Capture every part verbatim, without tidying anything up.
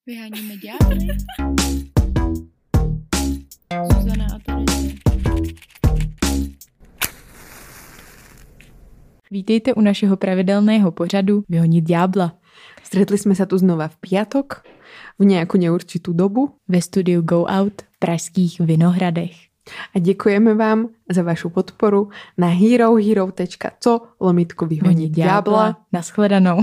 Vyháníme ďábly. Zuzana a Terezie. Vítejte u našeho pravidelného pořadu Vyhonit ďábla. Stretli sme sa tu znova v piatok, v nejakú neurčitú dobu. Ve studiu Go Out v pražských Vinohradech. A děkujeme vám za vašu podporu na herohero tečka co lomitko Vyhonit ďábla. Naschledanou.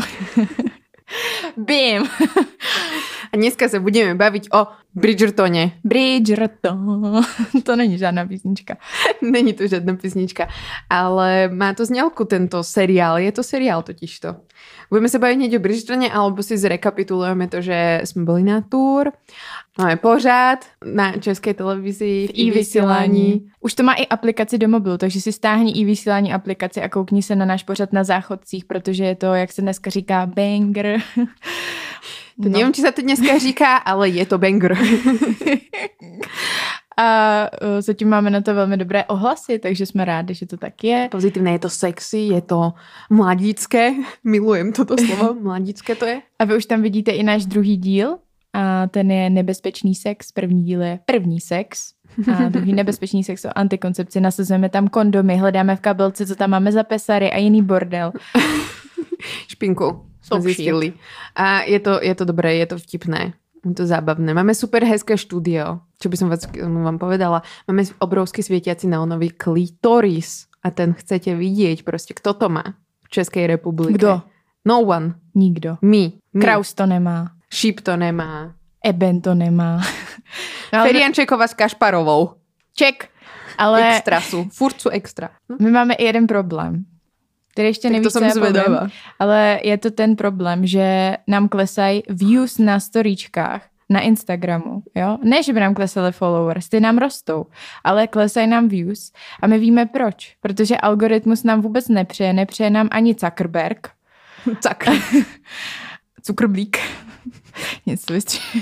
Bim! A dneska sa budeme baviť o Bridgertone. Bridgerton. To není žádná písnička. Není to žádná písnička, ale má to znělku tento seriál. Je to seriál totižto. Budeme sa baviť hneď o Bridgertone, alebo si zrekapitulujeme to, že sme boli na túr. Máme pořád na české televizi v i-vysílání. Už to má i aplikaci do mobilu, takže si stáhni i-vysílání aplikaci a koukni se na náš pořad na záchodcích, protože je to, jak se dneska říká, banger. To no. Neviem, či sa to dneska říká, ale je to banger. A uh, zatím máme na to velmi dobré ohlasy, takže jsme rádi, že to tak je. Pozitívne, je to sexy, je to mladícké. Milujem toto slovo, mladícké to je. A vy už tam vidíte i náš druhý díl a ten je Nebezpečný sex. První díl je První sex a druhý Nebezpečný sex o antikoncepci. Nasazujeme tam kondomy, hledáme v kabelce, co tam máme za pesary a jiný bordel. Špinku sme zistili. A je to, je to dobré, je to vtipné. Je to zábavné. Máme super hezké štúdio. Čo by som vás, vám povedala? Máme obrovský svietiaci neonový klitoris. A ten chcete vidieť. Proste, kto to má v Českej republike? Kdo? No one. Nikdo. My. My. Kraus to nemá. Šíp to nemá. Eben to nemá. No, Feriančeková s Kašparovou. Ček. Ale extra sú. Furt sú extra. No? My máme i jeden problém. Který ještě nevíš, co já povím, ale je to ten problém, že nám klesají views na storíčkách na Instagramu, jo? Ne, že by nám klesaly followers, ty nám rostou, ale klesají nám views a my víme proč, protože algoritmus nám vůbec nepřeje, nepřeje nám ani Zuckerberg. Cakr. Cukrblík. Něco vystří.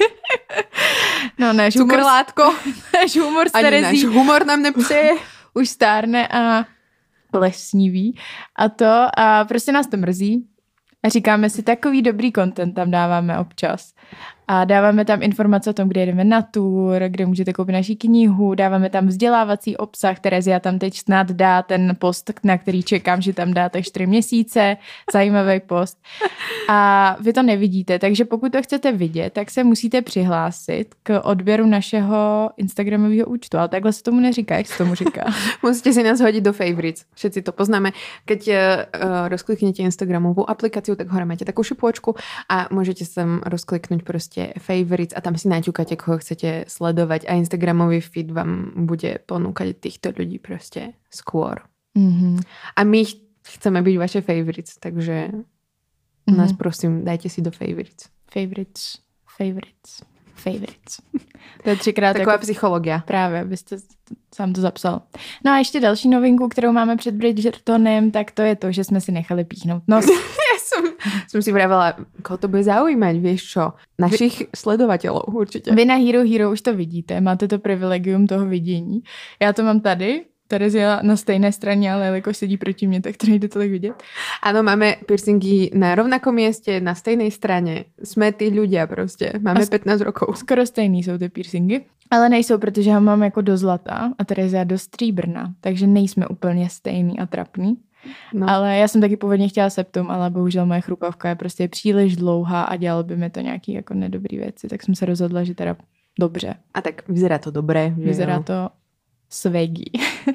No, náš humor, náš humor s Terezí. Ani náš humor nám nepřeje. Už stárne a lesnivý a to a prostě nás to mrzí a říkáme si, takový dobrý content tam dáváme občas a dáváme tam informace o tom, kde jedeme na tour, kde můžete koupit naši knihu, dáváme tam vzdělávací obsah, Terezia tam teď snad dá ten post, na který čekám, že tam dáte čtyři měsíce, zajímavý post a vy to nevidíte, takže pokud to chcete vidět, tak se musíte přihlásit k odběru našeho instagramového účtu, ale takhle se tomu neříká, jak se tomu říká. Musíte si nás hodit do favorites, všetci to poznáme. Keď uh, rozkliknete Instagramovou aplikáciu, tak hore máte takú šipôčku a môžete sem rozkliknúť proste favorites a tam si naťukáte, koho chcete sledovať a Instagramový feed vám bude ponúkať týchto ľudí proste skôr. Mm-hmm. A my chceme byť vaše favorites, takže mm-hmm. nás prosím, dajte si do favorites. Favorites, favorites, favorites. To je třikrát taková jako psychologia. Právě, abyste sám to zapsal. No a ještě další novinku, kterou máme před Bridgertonem, tak to je to, že jsme si nechali píchnout nos. Ja som, som si vravela, koho to bude zaujímať, vieš čo? Našich Vy, sledovateľov určite. Vy na Hero Hero už to vidíte, máte to privilegium toho vidění. Já to mám tady, Terezia na stejné straně, ale jelikož sedí proti mně, tak to nejde tolik vidět. Áno, máme piercingy na rovnakom mieste, na stejnej strane. Sme tí ľudia prostě. Máme sk- pätnásť rokov. Skoro stejný jsou ty piercingy. Ale nejsou, protože já mám jako do zlata a Terezia do stříbrna, takže nejsme úplně stejný a trapný. No. Ale já jsem taky původně chtěla septum, ale bohužel moje chrupavka je prostě příliš dlouhá a dělalo by mi to nějaký jako nedobrý věci, tak jsem se rozhodla, že teda dobře. A tak vyzerá to dobré. Že vyzerá jo? to swaggy.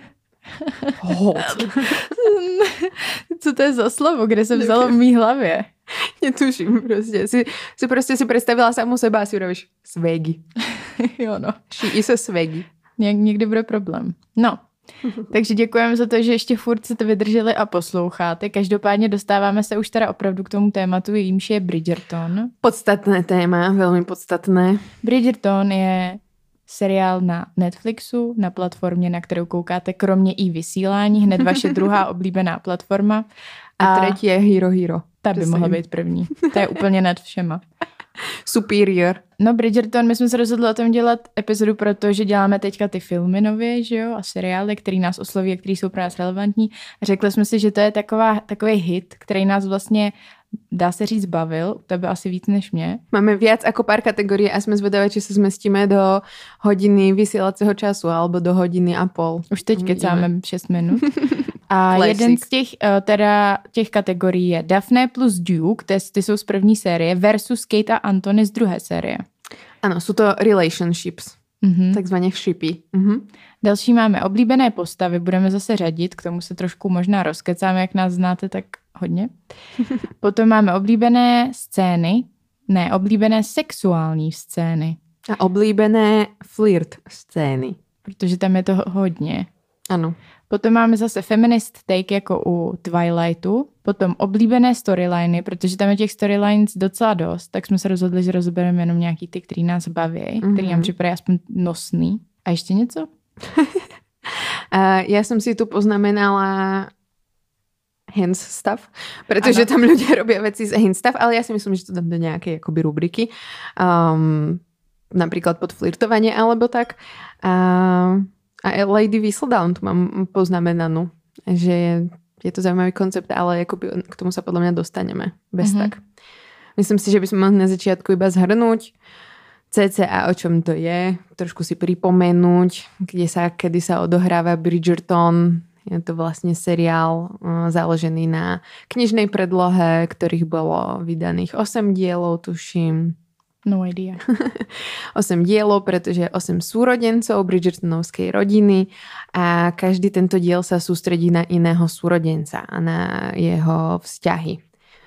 Hot. Co to je za slovo, kde se vzalo v mý hlavě? Netuším prostě. Si, si prostě si představila samu seba a si urovíš swaggy. Jo no. She is a swaggy. Ně- někdy bude problém. No. Takže děkujeme za to, že ještě furt jste vydrželi a posloucháte. Každopádně dostáváme se už teda opravdu k tomu tématu, jímž je Bridgerton. Podstatné téma, velmi podstatné. Bridgerton je seriál na Netflixu, na platformě, na kterou koukáte kromě i vysílání, hned vaše druhá oblíbená platforma. A, a třetí je Hero Hero. Ta by mohla být první. To je úplně nad všema. Superior. No Bridgerton, my jsme se rozhodli o tom dělat epizodu, protože děláme teďka ty filmy nově, že jo, a seriály, který nás osloví a který jsou pro nás relevantní. A řekli jsme si, že to je taková, takový hit, který nás vlastně dá se říct, bavil. U tebe asi víc než mě. Máme viac ako pár kategórií a sme zvedavé, či sa zmestíme do hodiny vysielacieho času alebo do hodiny a pol. Už teď kecáme šest minut. A jeden z těch, teda, těch kategorií je Daphne plus Duke, ty, ty jsou z první série, versus Kate a Anthony z druhé série. Ano, jsou to relationships, mm-hmm. takzvaně shipy. Mm-hmm. Další máme oblíbené postavy, budeme zase řadit, k tomu se trošku možná rozkecáme, jak nás znáte, tak hodně. Potom máme oblíbené scény, ne, oblíbené sexuální scény. A oblíbené flirt scény. Protože tam je to hodně. Ano. Potom máme zase feminist take jako u Twilightu. Potom oblíbené storyliny, protože tam je těch storylines docela dost, tak jsme se rozhodli, že rozobereme jenom nějaký ty, který nás baví, mm-hmm. který nám připadají aspoň nosný. A ještě něco? uh, já jsem si tu poznamenala hands stuff, protože ano. tam ľudia robia veci z hands stuff, ale ja si myslím, že to dám do nejakej akoby rubriky. Um, napríklad pod flirtovanie alebo tak. Uh, a Lady Whistledown tu mám poznamenanú, že je, je to zaujímavý koncept, ale akoby k tomu sa podľa mňa dostaneme bez mm-hmm. tak. Myslím si, že by sme mohli na začiatku iba zhrnúť cca, o čom to je, trošku si pripomenúť, kde sa, kedy sa odohráva Bridgerton. Je to vlastne seriál uh, založený na knižnej predlohe, ktorých bolo vydaných osem dielov, tuším. No idea. osem dielov, pretože osem súrodencov Bridgertonovskej rodiny a každý tento diel sa sústredí na iného súrodenca a na jeho vzťahy.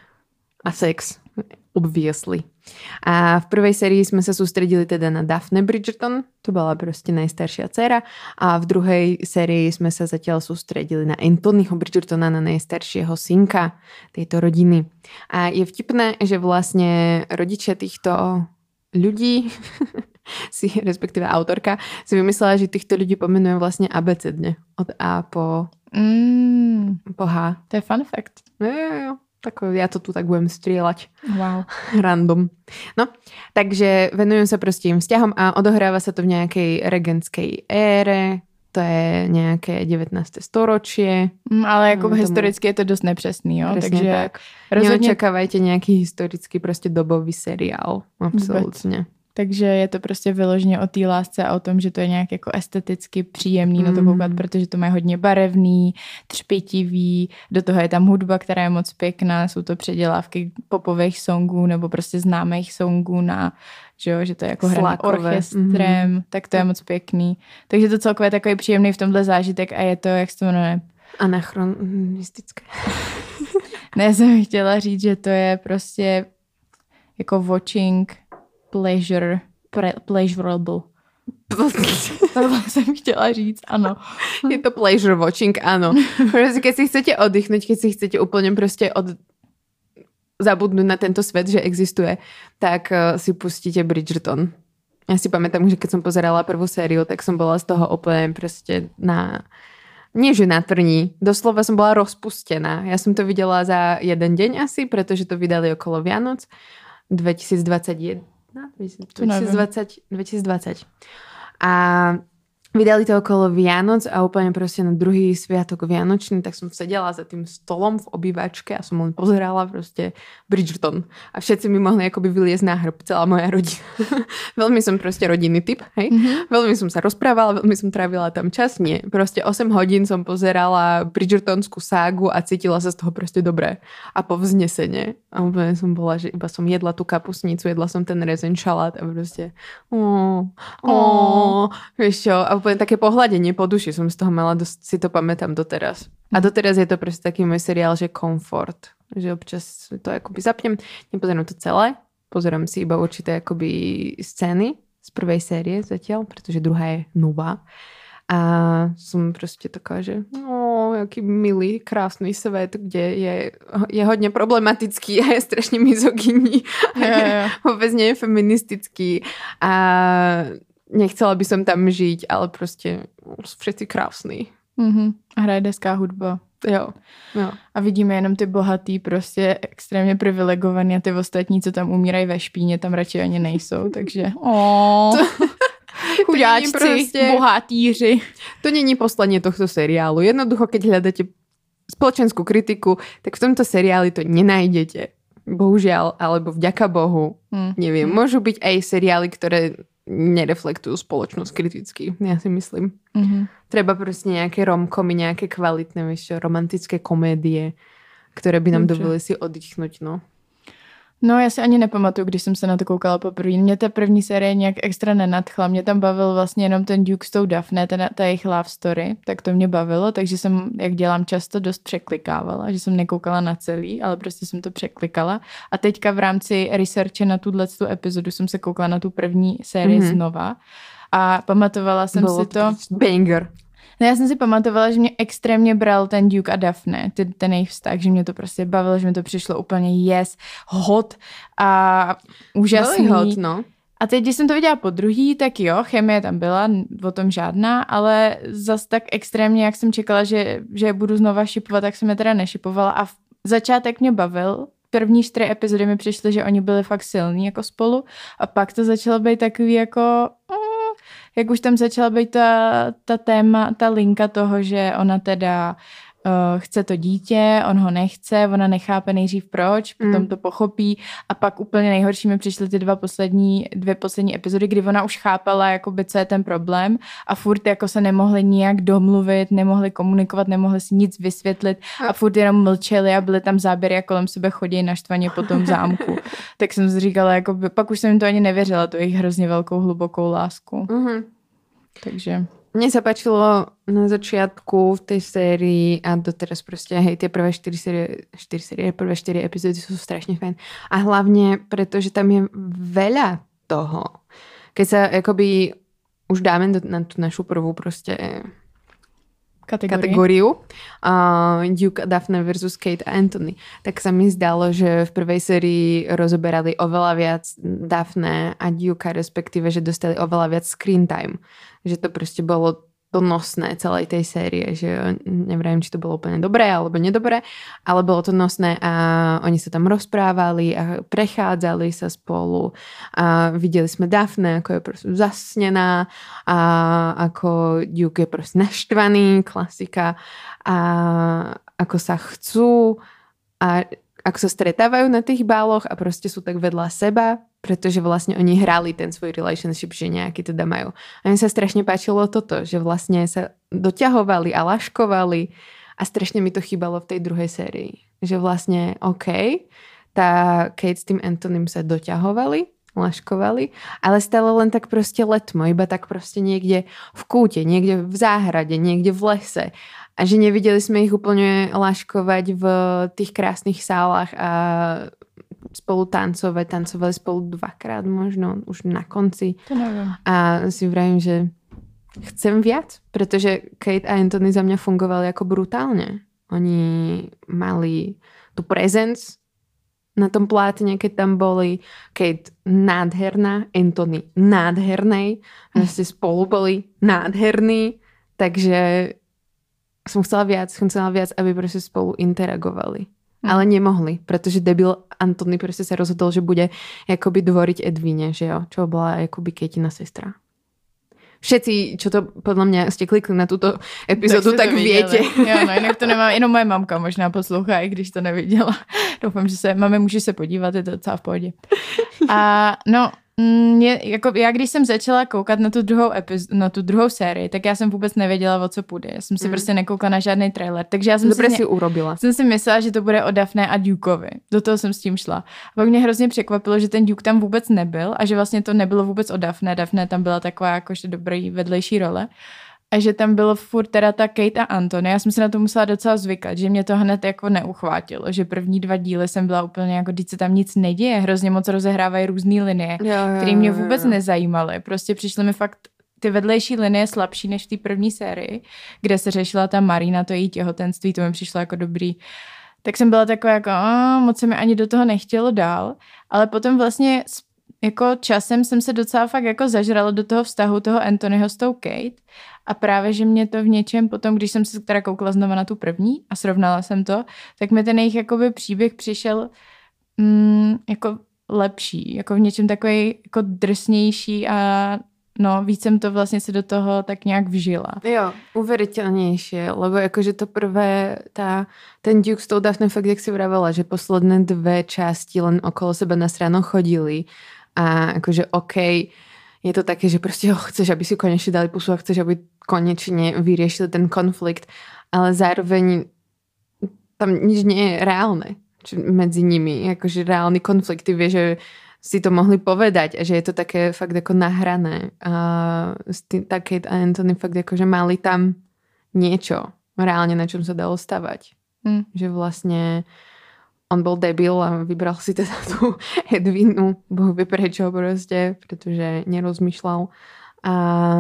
A sex, obviously. A v prvej sérii sme sa sústredili teda na Daphne Bridgerton, to bola proste najstaršia dcéra, a v druhej sérii sme sa zatiaľ sústredili na Anthonyho Bridgertona, na najstaršieho synka tejto rodiny. A je vtipné, že vlastne rodičia týchto ľudí, si, respektíve autorka, si vymyslela, že týchto ľudí pomenuje vlastne abecedne. Od A po, mm, po H. To je fun fact. Jo, jo, jo. Tak ja to tu tak budem strieľať. Wow. Random. No, takže venujem sa proste im vzťahom a odohráva sa to v nejakej regentskej ére. To je nejaké devätnáste storočie. Mm, ale jako no, historicky je to dost nepřesný, jo? Presne Takže tak. Rozhodne... Neočakávajte nejaký historicky proste dobový seriál. Absolutně. Takže je to prostě vyloženě o té lásce a o tom, že to je nějak jako esteticky příjemný mm. na to koukat, protože to má hodně barevný, třpitivý, do toho je tam hudba, která je moc pěkná, jsou to předělávky popových songů nebo prostě známých songů na, že, jo, že to je jako hraný orchestrem, mm. tak to je moc pěkný. Takže to celkově je takový příjemný v tomhle zážitek a je to, jak se to jmenuje? Anachronistické. Ne, já jsem chtěla říct, že to je prostě jako watching pleasure, pre, pleasurable. Tohle jsem chtěla říct, ano. Je to pleasure watching, ano. Protože keď si chcete oddychnout, keď si chcete úplně prostě od... zabudnout na tento svět, že existuje, tak si pustíte Bridgerton. Já si pamätám, že keď som pozerala prvú sériu, tak som bola z toho úplně prostě na... Nie, že na trní. Doslova som bola rozpustená. Ja som to videla za jeden deň asi, pretože to vydali okolo Vianoc dvetisícdvadsaťjeden. dvetisícdvadsať, dvetisícdvadsať. A vydali to okolo Vianoc a úplne proste na druhý sviatok Vianočný, tak som sedela za tým stolom v obývačke a som len pozerala proste Bridgerton. A všetci mi mohli akoby vyliezť na hrb, celá moja rodina. Veľmi som proste rodinný typ, hej? Mm-hmm. Veľmi som sa rozprávala, veľmi som trávila tam čas. Nie, proste osem hodín som pozerala Bridgertonskú ságu a cítila sa z toho proste dobré. A povznesenie. A úplne som bola, že iba som jedla tú kapusnicu, jedla som ten rezen šalát a proste ó, ó, vieš čo, a úplne také pohľadenie po duši som z toho mala, dosť, si to pamätám doteraz. A doteraz je to proste taký môj seriál, že komfort. Že občas to akoby zapnem, nepozerám to celé, pozerám si iba určité akoby scény z prvej série zatiaľ, pretože druhá je nová. A som proste taká, že no, jaký milý, krásny svet, kde je, je hodne problematický a je strašne mizogynní. Vôbec nie je feministický. A nechcela by som tam žiť, ale proste sú všetci krásný. Mm-hmm. A hraje deská hudba. Jo, jo. A vidíme jenom ty bohatý, prostě extrémně privilegovaný a ty ostatní, co tam umírají ve špíně, tam radši ani nejsou, takže oh. Chudáčci, proste, bohatýři. To není poslanie tohto seriálu. Jednoducho, keď hľadáte spoločenskú kritiku, tak v tomto seriáli to nenájdete. bohužiaľ, alebo vďaka Bohu, Hmm. neviem, môžu byť aj seriály, ktoré nereflektujú spoločnosť kriticky, ja si myslím. Mm-hmm. Treba proste nejaké romkomy, nejaké kvalitné, vieš, romantické komédie, ktoré by nám Dobře. dovolili si oddychnúť, no. No, já si ani nepamatuju, když jsem se na to koukala poprvé. Mě ta první série nějak extra nenadchla. Mě tam bavil vlastně jenom ten Duke s tou Daphne, ten, ta jejich love story, tak to mě bavilo, takže jsem, jak dělám často, dost překlikávala, že jsem nekoukala na celý, ale prostě jsem to překlikala. A teďka v rámci researche na tuhle tu epizodu jsem se koukala na tu první sérii mm-hmm. znova a pamatovala jsem Bylo si to... banger. No, já jsem si pamatovala, že mě extrémně bral ten Duke a Daphne, ty, ten jejich vztah, že mě to prostě bavilo, že mi to přišlo úplně yes, hot a úžasný. Byli hot, no. A teď, když jsem to viděla po druhý, tak jo, chemie tam byla, o tom žádná, ale zas tak extrémně, jak jsem čekala, že, že budu znova šipovat, tak jsem je teda nešipovala a v začátek mě bavil. První čtyři epizody mi přišly, že oni byli fakt silní jako spolu a pak to začalo být takový jako... jak už tam začala být ta, ta téma, ta linka toho, že ona teda uh, chce to dítě, on ho nechce, ona nechápe nejdřív proč, potom mm. to pochopí a pak úplně nejhorší mi přišly ty dva poslední, dvě poslední epizody, kdy ona už chápala, jakoby, co je ten problém a furt jako se nemohli nijak domluvit, nemohli komunikovat, nemohli si nic vysvětlit a furt jenom mlčeli a byly tam záběry, jak kolem sebe chodí naštvaně po tom zámku. Tak jsem si říkala, jakoby, pak už jsem jim to ani nevěřila, to jejich hrozně velkou, hlubokou lásku. Mm-hmm. Takže... Mne sa páčilo na začiatku v tej sérii a doteraz proste, hej, tie prvé štyri série, štyri série, prvé štyri epizódy sú strašne fajn. A hlavne preto, že tam je veľa toho. Keď sa akoby už dáme do, na tú našu prvú proste kategóriu, kategóriu uh, Duke a Daphne versus Kate a Anthony, tak sa mi zdalo, že v prvej sérii rozoberali oveľa viac Daphne a Duke, respektíve, že dostali oveľa viac screen time. Že to proste bolo to nosné celej tej série, že neviem, či to bolo úplne dobré alebo nedobré, ale bolo to nosné a oni sa tam rozprávali a prechádzali sa spolu a videli sme Daphne, ako je proste zasnená a ako Duke je proste naštvaný, klasika a ako sa chcú a ako sa stretávajú na tých báloch a proste sú tak vedľa seba, pretože vlastne oni hrali ten svoj relationship, že nejaký teda majú. A mi sa strašne páčilo toto, že vlastne sa doťahovali a laškovali a strašne mi to chýbalo v tej druhej sérii. Že vlastne, OK, tá Kate s tým Antonym sa doťahovali, laškovali, ale stále len tak proste letmo, iba tak proste niekde v kúte, niekde v záhrade, niekde v lese. A že nevideli sme ich úplne laškovať v tých krásnych sálach a spolu tancovať. Tancovali spolu dvakrát možno, už na konci. To neviem. A si vravím, že chcem viac, pretože Kate a Anthony za mňa fungovali ako brutálne. Oni mali tú presence na tom plátne, keď tam boli. Kate nádherná, Anthony nádhernej. Vlastne spolu boli nádherní. Takže som chcela viac, som chcela viac, aby proste spolu interagovali. Mm. Ale nemohli, pretože debil Anthony proste sa rozhodol, že bude akoby dvoriť Edwine, že jo, čo bola akoby Katina sestra. Všetci, čo to podľa mňa ste klikli na túto epizódu, tak, tak viete. Jo, no jinak to nemá, jenom moje mamka možná poslouchá, i když to neviděla. Doufám, že se, mami, může se podívat, je to docela v pohodě. A no, mě, jako já když jsem začala koukat na tu druhou epizodu, na tu druhou sérii, tak já jsem vůbec nevěděla, o co půjde. Já jsem si mm. prostě nekoukala na žádný trailer, takže já jsem Dobre si, si urobila. Jsem si myslela, že to bude o Daphne a Dukeovi. Do toho jsem s tím šla. A pak mě hrozně překvapilo, že ten Duke tam vůbec nebyl a že vlastně to nebylo vůbec o Daphne. Daphne tam byla taková jakože dobrý vedlejší role. A že tam bylo furt teda ta Kate a Anthony. Já jsem se na to musela docela zvykat, že mě to hned jako neuchvátilo, že první dva díly jsem byla úplně jako, když se tam nic neděje, hrozně moc rozehrávají různý linie, které mě vůbec nezajímaly. Prostě přišly mi fakt ty vedlejší linie slabší než v té první sérii, kde se řešila ta Marina, to její těhotenství, to mi přišlo jako dobrý. Tak jsem byla taková jako, a, moc se mi ani do toho nechtělo dál, ale potom vlastně jako časem jsem se docela fakt jako zažrala do toho vztahu toho Anthonyho s tou Kate a právě, že mě to v něčem potom, když jsem se teda koukla znova na tu první a srovnala jsem to, tak mi ten jejich jakoby příběh přišel mm, jako lepší, jako v něčem takový jako drsnější a no víc jsem to vlastně se do toho tak nějak vžila. Jo, uveriteľnejšie, lebo akože to prvé, tá, ten Duke s tou Daphne fakt, jak si vravela, že posledné dve časti len okolo seba na stranu chodili a akože okej, okay, je to také, že proste oh, chceš, aby si konečne dali pusu a chceš, aby konečne vyriešili ten konflikt, ale zároveň tam nič nie je reálne medzi nimi, akože reálny konflikt, ty vieš, že si to mohli povedať a že je to také fakt ako nahrané a tá Kate a Anthony fakt ako, že mali tam niečo reálne, na čom sa dalo stavať. Mm. Že vlastne on bol debil a vybral si teda tú Edwinu, boh vie prečo proste, pretože nerozmýšľal a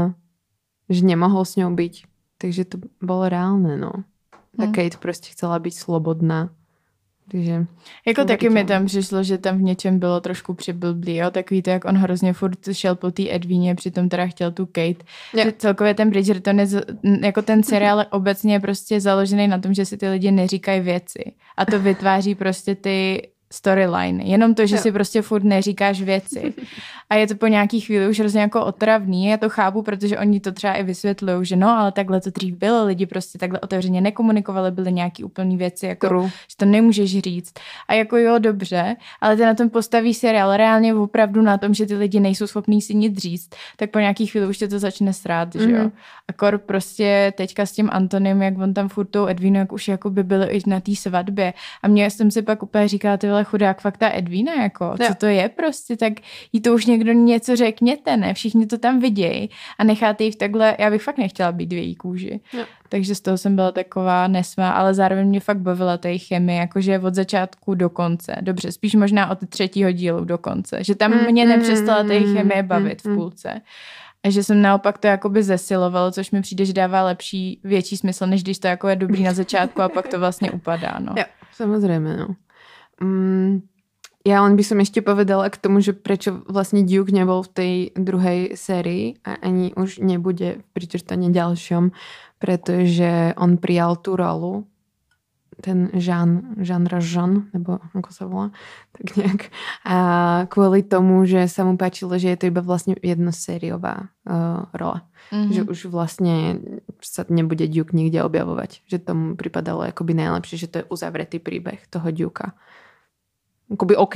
že nemohol s ňou byť. Takže to bolo reálne, no. Ta mm. Kate prostě chcela být slobodná. Takže jako taky mi tam přišlo, že tam v něčem bylo trošku přiblblý, jo, takový to, jak on hrozně furt šel po té Edvíně, přitom teda chtěl tu Kate. Že celkově ten Bridgerton je, jako ten seriál obecně je prostě založený na tom, že si ty lidi neříkají věci. A to vytváří prostě ty storyline. Jenom to, že jo. si prostě furt neříkáš věci. A je to po nějaký chvíli už hrozně jako otravný. Já to chápu, protože oni to třeba i vysvětlují, že no, ale takhle to dřív bylo. Lidi prostě takhle otevřeně nekomunikovali, byly nějaký úplný věci, jako, True. že to nemůžeš říct. A jako jo, dobře, ale ty na tom postaví seriál reálně opravdu na tom, že ty lidi nejsou schopní si nic říct, tak po nějaký chvíli už tě to začne srát, mm-hmm. že jo. A kor prostě teďka s tím Antonem, jak on tam furt tou Edvínu, jak už jako by bylo i na té svatbě. A mě jsem si pak úplně říkala, ty vole chudák, fakt ta Edvína, jako, co jo. to je prostě, tak jí to už někdo něco řekněte, ne? Všichni to tam vidějí a necháte jí v takhle, já bych fakt nechtěla být v její kůži. Jo. Takže z toho jsem byla taková nesmá, ale zároveň mě fakt bavila ta jejich chemie, jakože od začátku do konce. Dobře, spíš možná od třetího dílu do konce. Že tam mě nepřestala ta jejich chemie bavit v půlce. A že jsem naopak to jakoby zesilovalo, což mi přijde, že dává lepší, větší smysl, než když to jako je dobrý na začátku a pak to vlastně upadá, no. Jo, samozřejmě, no. Mm, ja len by som ešte povedala k tomu, že prečo vlastne Duke nebol v tej druhej sérii a ani už nebude v Bridgertone ďalšom, pretože on prijal tú rolu, ten Jean, Jean Valjean, nebo ako sa volá, tak nejak. A kvôli tomu, že sa mu páčilo, že je to iba vlastne jednosériová uh, rola. Mm-hmm. Že už vlastne sa nebude Duke nikde objavovať. Že tomu pripadalo akoby najlepšie, že to je uzavretý príbeh toho Dukea. Akoby OK,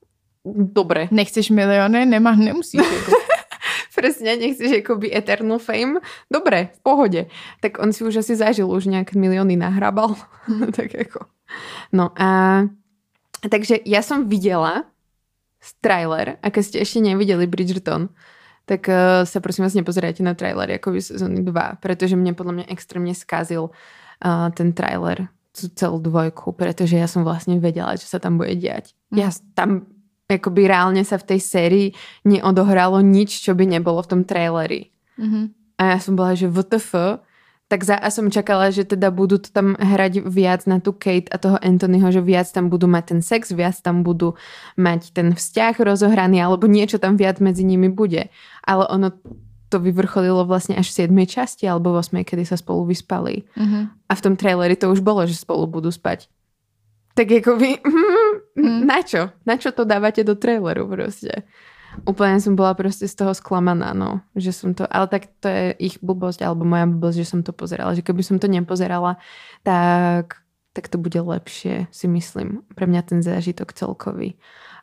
dobre. Nechceš milióny? Nemá, nemusíš. Jako. Presne, nechceš akoby eternal fame? Dobre, v pohode. Tak on si už asi zažil, už nejaké milióny nahrabal. Tak ako. No a takže ja som videla trailer, a keď ste ešte nevideli Bridgerton, tak uh, sa prosím vás nepozerajte na trailer akoby sezóny dva, pretože mne podľa mňa extrémne skazil uh, ten trailer celú dvojku, pretože ja som vlastne vedela, čo sa tam bude diať. Mm. Ja tam akoby reálne sa v tej sérii neodohralo nič, čo by nebolo v tom traileri. Mm-hmm. A ja som bola, že W T F, tak za a som čakala, že teda budú to tam hrať viac na tú Kate a toho Anthonyho, že viac tam budú mať ten sex, viac tam budú mať ten vzťah rozohraný, alebo niečo tam viac medzi nimi bude. Ale ono to vyvrcholilo vlastne až v siedmej časti alebo v osmej, kedy sa spolu vyspali. Uh-huh. A v tom traileri to už bolo, že spolu budú spať. Tak ako vy... Mm. Na čo? Na čo to dávate do traileru proste? Úplne som bola proste z toho sklamaná, no. Že som to... Ale tak to je ich blbosť, alebo moja blbosť, že som to pozerala. Že keby som to nepozerala, tak, tak to bude lepšie, si myslím. Pre mňa ten zážitok celkový.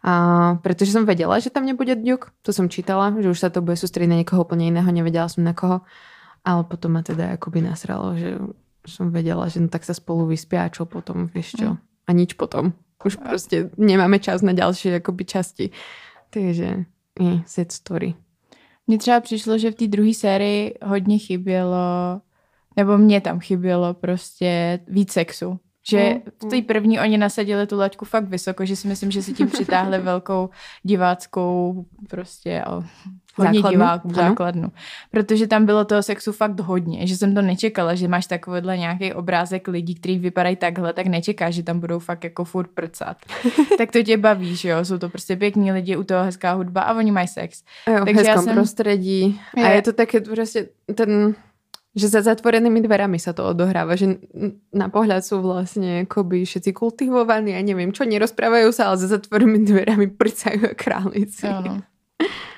A pretože som vedela, že tam nebude Duke, to som čítala, že už sa to bude sústrediť na niekoho úplne iného, nevedela som na koho, ale potom ma teda akoby nasralo, že som vedela, že no tak sa spolu vyspia a čo potom, vieš čo, a nič potom. Už proste nemáme čas na ďalšie akoby časti. Takže je sad story. Mně třeba přišlo, že v té druhé sérii hodně chybělo, nebo mě tam chybělo prostě víc sexu. Že v té první oni nasadili tu laťku fakt vysoko, že si myslím, že si tím přitáhli velkou diváckou prostě hodně základnu. diváků základnu. Protože tam bylo toho sexu fakt hodně, že jsem to nečekala, že máš takovýhle nějaký obrázek lidí, kteří vypadají takhle, tak nečekáš, že tam budou fakt jako furt prcat. Tak to tě baví, že jo, jsou to prostě pěkní lidi, u toho hezká hudba a oni mají sex. Jo, v hezkom jsem... prostredí. A je to také prostě ten... Že za zatvorenými dverami sa to odohráva, že na pohľad sú vlastne akoby všetci kultivovaní a neviem čo, nerozprávajú sa, ale za zatvorenými dverami prcajú a králici. Jo, no.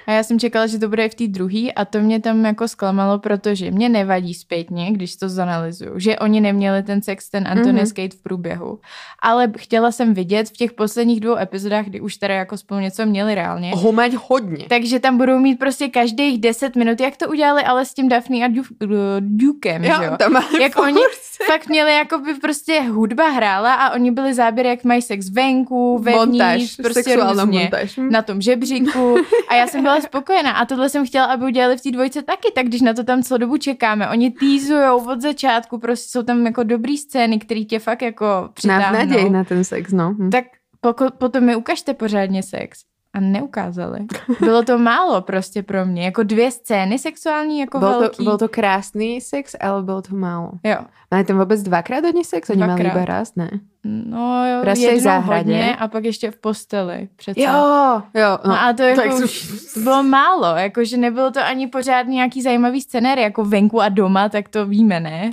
A já jsem čekala, že to bude v té druhé a to mě tam jako zklamalo, protože mě nevadí zpětně, když to zanalyzuju, že oni neměli ten sex, ten Anthony mm-hmm. Skate v průběhu. Ale chtěla jsem vidět v těch posledních dvou epizodách, kdy už teda jako spolu něco měli reálně. Ho mať hodně. Takže tam budou mít prostě každých deset minut, jak to udělali, ale s tím Daphne a Dukem, jo? že jo? Tam jak oni fakt měli, jako by prostě hudba hrála a oni byli záběry, jak mají sex venku, vevnitř, montáž, prostě různě, montáž. Na tom žebříku a já jsem byla spokojená a tohle jsem chtěla, aby udělali v té dvojce taky, tak když na to tam celou dobu čekáme, oni týzujou od začátku, prostě jsou tam jako dobrý scény, které tě fakt jako přitáhnou. Naděj na ten sex, no. Hm. Tak poko- potom mi ukažte pořádně sex. A neukázali. Bylo to málo prostě pro mě. Jako dvě scény sexuální, jako bol velký. To, byl to krásný sex, ale bylo to málo. Jo. Mali tam vůbec dvakrát hodně sex? Oni Dvakrát. mali iba raz, ne? No jo, raz jednou hodně a pak ještě v posteli. Přece. Jo, jo. No, no a to jako tak... už bylo málo. Jakože nebylo to ani pořádný nějaký zajímavý scenéry, jako venku a doma, tak to víme, ne?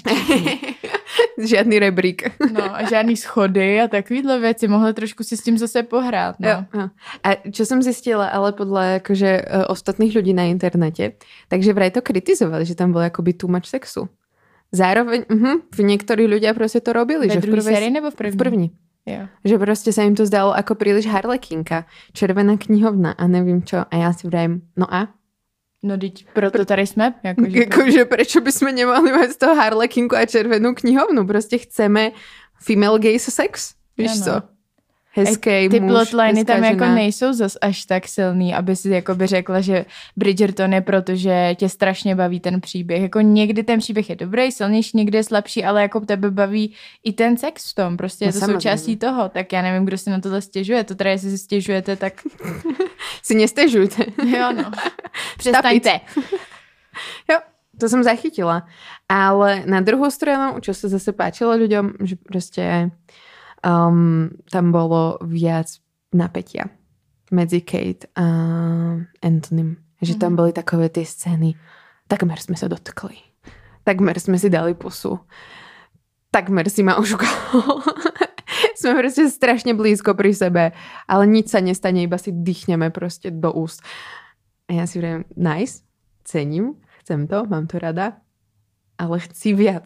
Žádný rebrík. No a žádný schody a takovýhle věci. Mohli trošku si s tím zase pohrát. No. Jo, jo. A čo som zistila, ale podľa akože ostatných ľudí na internete, takže vraj to kritizovali, že tam bolo akoby too much sexu. Zároveň uh-huh, niektorí ľudia proste to robili. Ve že druhé v prvej sérii nebo v první? V první. Jo. Že proste sa im to zdalo ako príliš harlekinka, červená knihovna a nevím čo. A ja si vrajím, no a? No teď proto tady jsme. Jakože, jakože prečo by sme nemali mať z toho harlekinku a červenú knihovnu? Proste chceme female gay sex. Víš co? Hezký ty muž, plotliny tam žena. jako nejsou zas až tak silný, aby si jakoby řekla, že Bridgerton je proto, že tě strašně baví ten příběh. Jako někdy ten příběh je dobrý, silnější, někdy je slabší, ale jako tebe baví i ten sex v tom. Prostě je to no, součástí toho. Tak já nevím, kdo si na tohle stěžuje. To teda, jestli si stěžujete, tak... si nestěžujte. Jo, no. Přestaňte. Jo, to som zachytila. Ale na druhou stranu, čo sa zase páčilo ľuďom, že proste... Um, tam bolo viac napätia medzi Kate a Antonym. Že tam boli takové tie scény. Takmer sme sa dotkli. Takmer sme si dali pusu. Takmer si ma ošukal. Sme proste strašne blízko pri sebe. Ale nič sa nestane, iba si dýchneme proste do úst. A ja si viem, nice, cením, chcem to, mám to rada. Ale chci viac.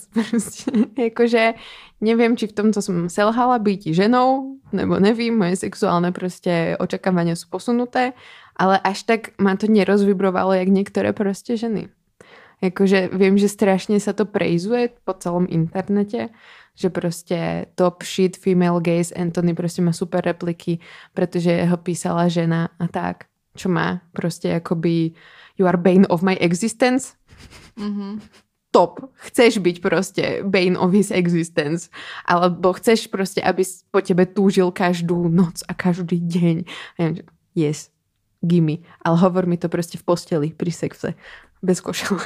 Jakože neviem, či v tomto som selhala byť ženou, nebo nevím, moje sexuálne proste očakávania sú posunuté, ale až tak ma to nerozvibrovalo, jak niektoré proste ženy. Jakože viem, že strašne sa to prejzuje po celom internete, že proste top shit female gays Anthony proste má super repliky, pretože ho písala žena a tak, čo má proste akoby you are bane of my existence. Mhm. Top. Chceš byť proste bane of his existence. Alebo chceš proste, aby po tebe túžil každú noc a každý deň. Yes. Gimme. Ale hovor mi to proste v posteli pri sexe. Bez košele.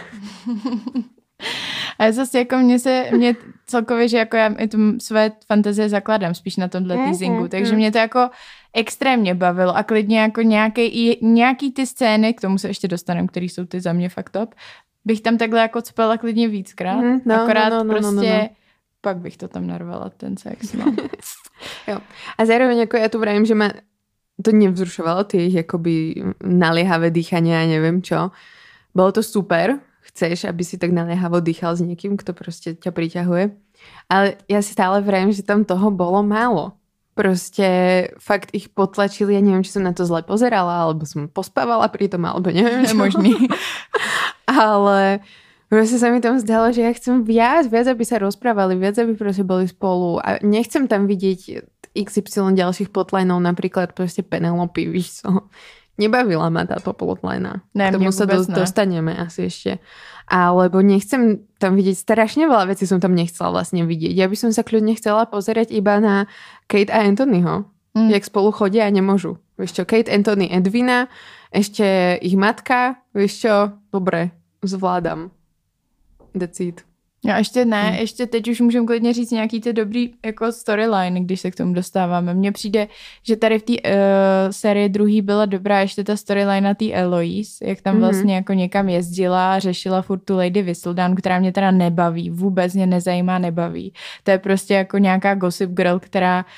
A zase jako mě se, mě celkově, že jako já i tu své fantazie zakládám spíš na tomhle mm, teasingu, mm, takže mm. mě to jako extrémně bavilo a klidně jako nějaký, nějaký ty scény, k tomu se ještě dostaneme, který jsou ty za mě fakt top, bych tam takhle jako cpala klidně víckrát, mm, no, akorát no, no, no, prostě no, no, no. Pak bych to tam narvala, ten sex, no. Jo. A zároveň jako ja tu vravím, že ma to nevzrušovalo, tie ich akoby naliehavé dýchania a neviem čo. Bolo to super, chceš, aby si tak naliehavo dýchal s niekým, kto proste ťa priťahuje. Ale ja si stále vravím, že tam toho bolo málo. Proste fakt ich potlačili, ja neviem, či som na to zle pozerala, alebo som pospávala pri tom, alebo neviem čo. Nemožný. Ale proste sa mi tam zdalo, že ja chcem viac, viac, aby sa rozprávali, viac, aby proste boli spolu. A nechcem tam vidieť iks ypsilon ďalších plotlineov, napríklad proste Penelope, víš co. Nebavila ma táto plotline. Ne, k tomu sa do, dostaneme asi ešte. Alebo nechcem tam vidieť, strašne veľa vecí som tam nechcela vlastne vidieť. Ja by som sa kľudne chcela pozerať iba na Kate a Anthonyho. Mm. Jak spolu chodia a nemôžu. Vieš čo, Kate, Anthony, Edwina, ešte ich matka, vieš čo, dobre, zvládam. That's it. No ještě ne, Hmm. ještě teď už můžeme klidně říct nějaký ty dobrý jako storyline, když se k tomu dostáváme. Mně přijde, že tady v té uh, sérii druhý byla dobrá ještě ta storyline na té Eloise, jak tam vlastně jako někam jezdila a řešila furt tu Lady Whistledown, která mě teda nebaví, vůbec mě nezajímá, nebaví. To je prostě jako nějaká gossip girl, která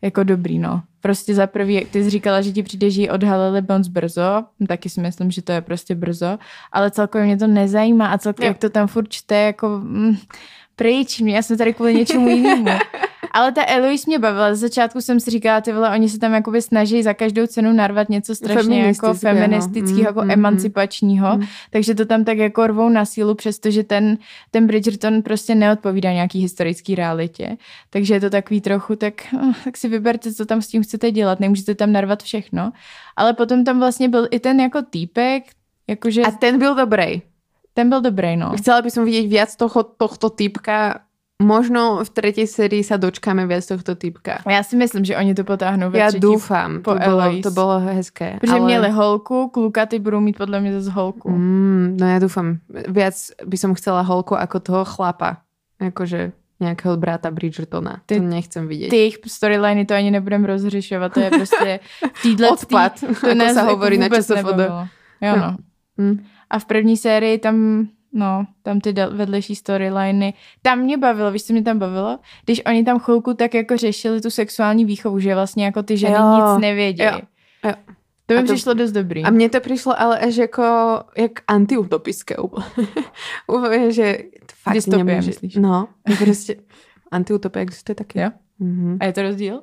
jako dobrý, no. Prostě za prvý, ty jsi říkala, že ti přijde, že ji odhalili moc brzo, taky si myslím, že to je prostě brzo, ale celkově mě to nezajímá a celkově, jak to tam furt čte, jako mm, pryč, já jsem tady kvůli něčemu jinému. Ale ta Eloise mě bavila. Z začátku jsem si říkala, ty vole, oni se tam jakoby snaží za každou cenu narvat něco strašně jako feministického, mm, jako mm, emancipačního. Mm. Takže to tam tak jako rvou na sílu, přestože ten, ten Bridgerton prostě neodpovídá nějaký historický realitě. Takže je to takový trochu, tak, tak si vyberte, co tam s tím chcete dělat. Nemůžete tam narvat všechno. Ale potom tam vlastně byl i ten jako týpek. Jakože... A ten byl dobrý. Ten byl dobrý, no. Chcela by som vidieť viac toho, tohto týpka. Možno v tretej sérii sa dočkáme viac tohto týpka. Já si myslím, že oni to potáhnou ve Já třetí doufám, po to bylo, Eloise. to bylo hezké. Protože ale... měli holku, kluka, ty budou mít podle mě zase holku. Mm, no ja dúfam. Viac by som chcela holku ako toho chlapa. Jakože nějakého brata Bridgertona. Ty, to nechcem vidět. Ty jejich storyliny to ani nebudem rozřešovat. To je prostě týdle odpad, tý, to ako sa hovorí na ČSFD. Jo, no. Mm. A v první sérii tam, no, tam ty vedlejší storyliny, tam mě bavilo, víš, co mě tam bavilo? Když oni tam chvilku tak jako řešili tu sexuální výchovu, že vlastně jako ty ženy jo, nic nevědějí. Jo, jo. To mi to, přišlo dost dobrý. A mně to přišlo ale až jako jak antiutopické úplně. Úplně, že fakt dystopie, nemůže. Myslíš? No, prostě antiutopie existuje taky. Jo? Mm-hmm. A je to rozdíl?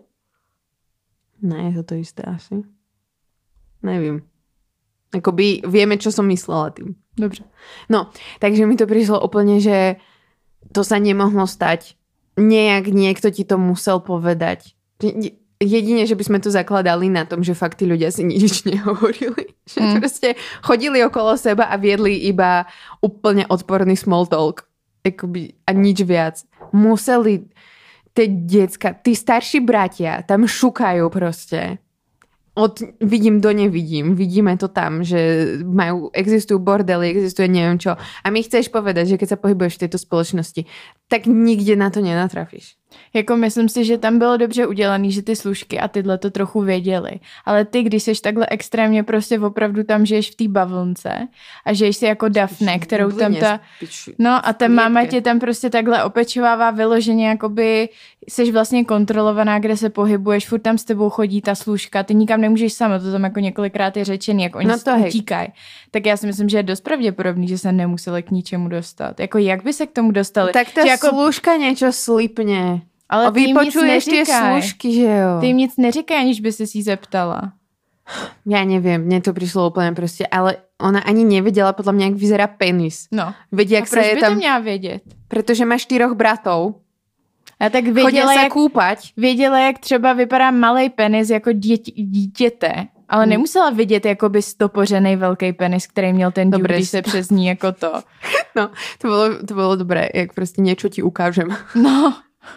Ne, je to to isté asi. Nevím. Jakoby vieme, čo som myslela tým. Dobře. No, takže mi to prišlo úplne, že to sa nemohlo stať. Nejak niekto ti to musel povedať. Jedine, že by sme to zakladali na tom, že fakt tí ľudia si nič nehovorili. Že mm. proste chodili okolo seba a viedli iba úplne odporný small talk. Jakoby, a nič viac. Museli tie decka, tí starší bratia tam šukajú proste. Od vidím do nevidím. Vidíme to tam, že majú, existujú bordely, existuje neviem čo. A mi chceš povedať, že keď sa pohybuješ v tejto spoločnosti, tak nikde na to nenatrafíš. Jako myslím si, že tam bylo dobře udělaný, že ty služky a tyhle to trochu věděli. Ale ty, když jsi takhle extrémně prostě opravdu tam žiješ v té bavlnce a žiješ si jako Daphne, kterou tam ta... No a ta máma tě tam prostě takhle opečovává vyloženě, jakoby jsi vlastně kontrolovaná, kde se pohybuješ, furt tam s tebou chodí ta služka, ty nikam nemůžeš sama, to tam jako několikrát je řečený, jak oni no to utíkají. Tak já si myslím, že je dost pravděpodobný, že se nemuseli k ničemu dostat. Jako jak by se k tomu dostali? Tak ta jako... služka něco slipne. Ale a vypočuješ tie služky, že jo? Ty jim nic neříkají, aniž by si si zeptala. Ja neviem, mne to prišlo úplne proste, ale ona ani nevedela podľa mňa, jak vyzerá penis. No. Vedia, a proč by tam... to měla vědět? Pretože má štyroch bratov. A tak věděla, Chodia sa jak, kúpať. Věděla, jak třeba vypadá malej penis jako děti, dítěte. Ale hmm. nemusela vidět jakoby stopořenej velký penis, který měl ten Duke, když se přes ní jako to. No, to bylo, to bylo dobré, jak prostě niečo ti ukážem. No.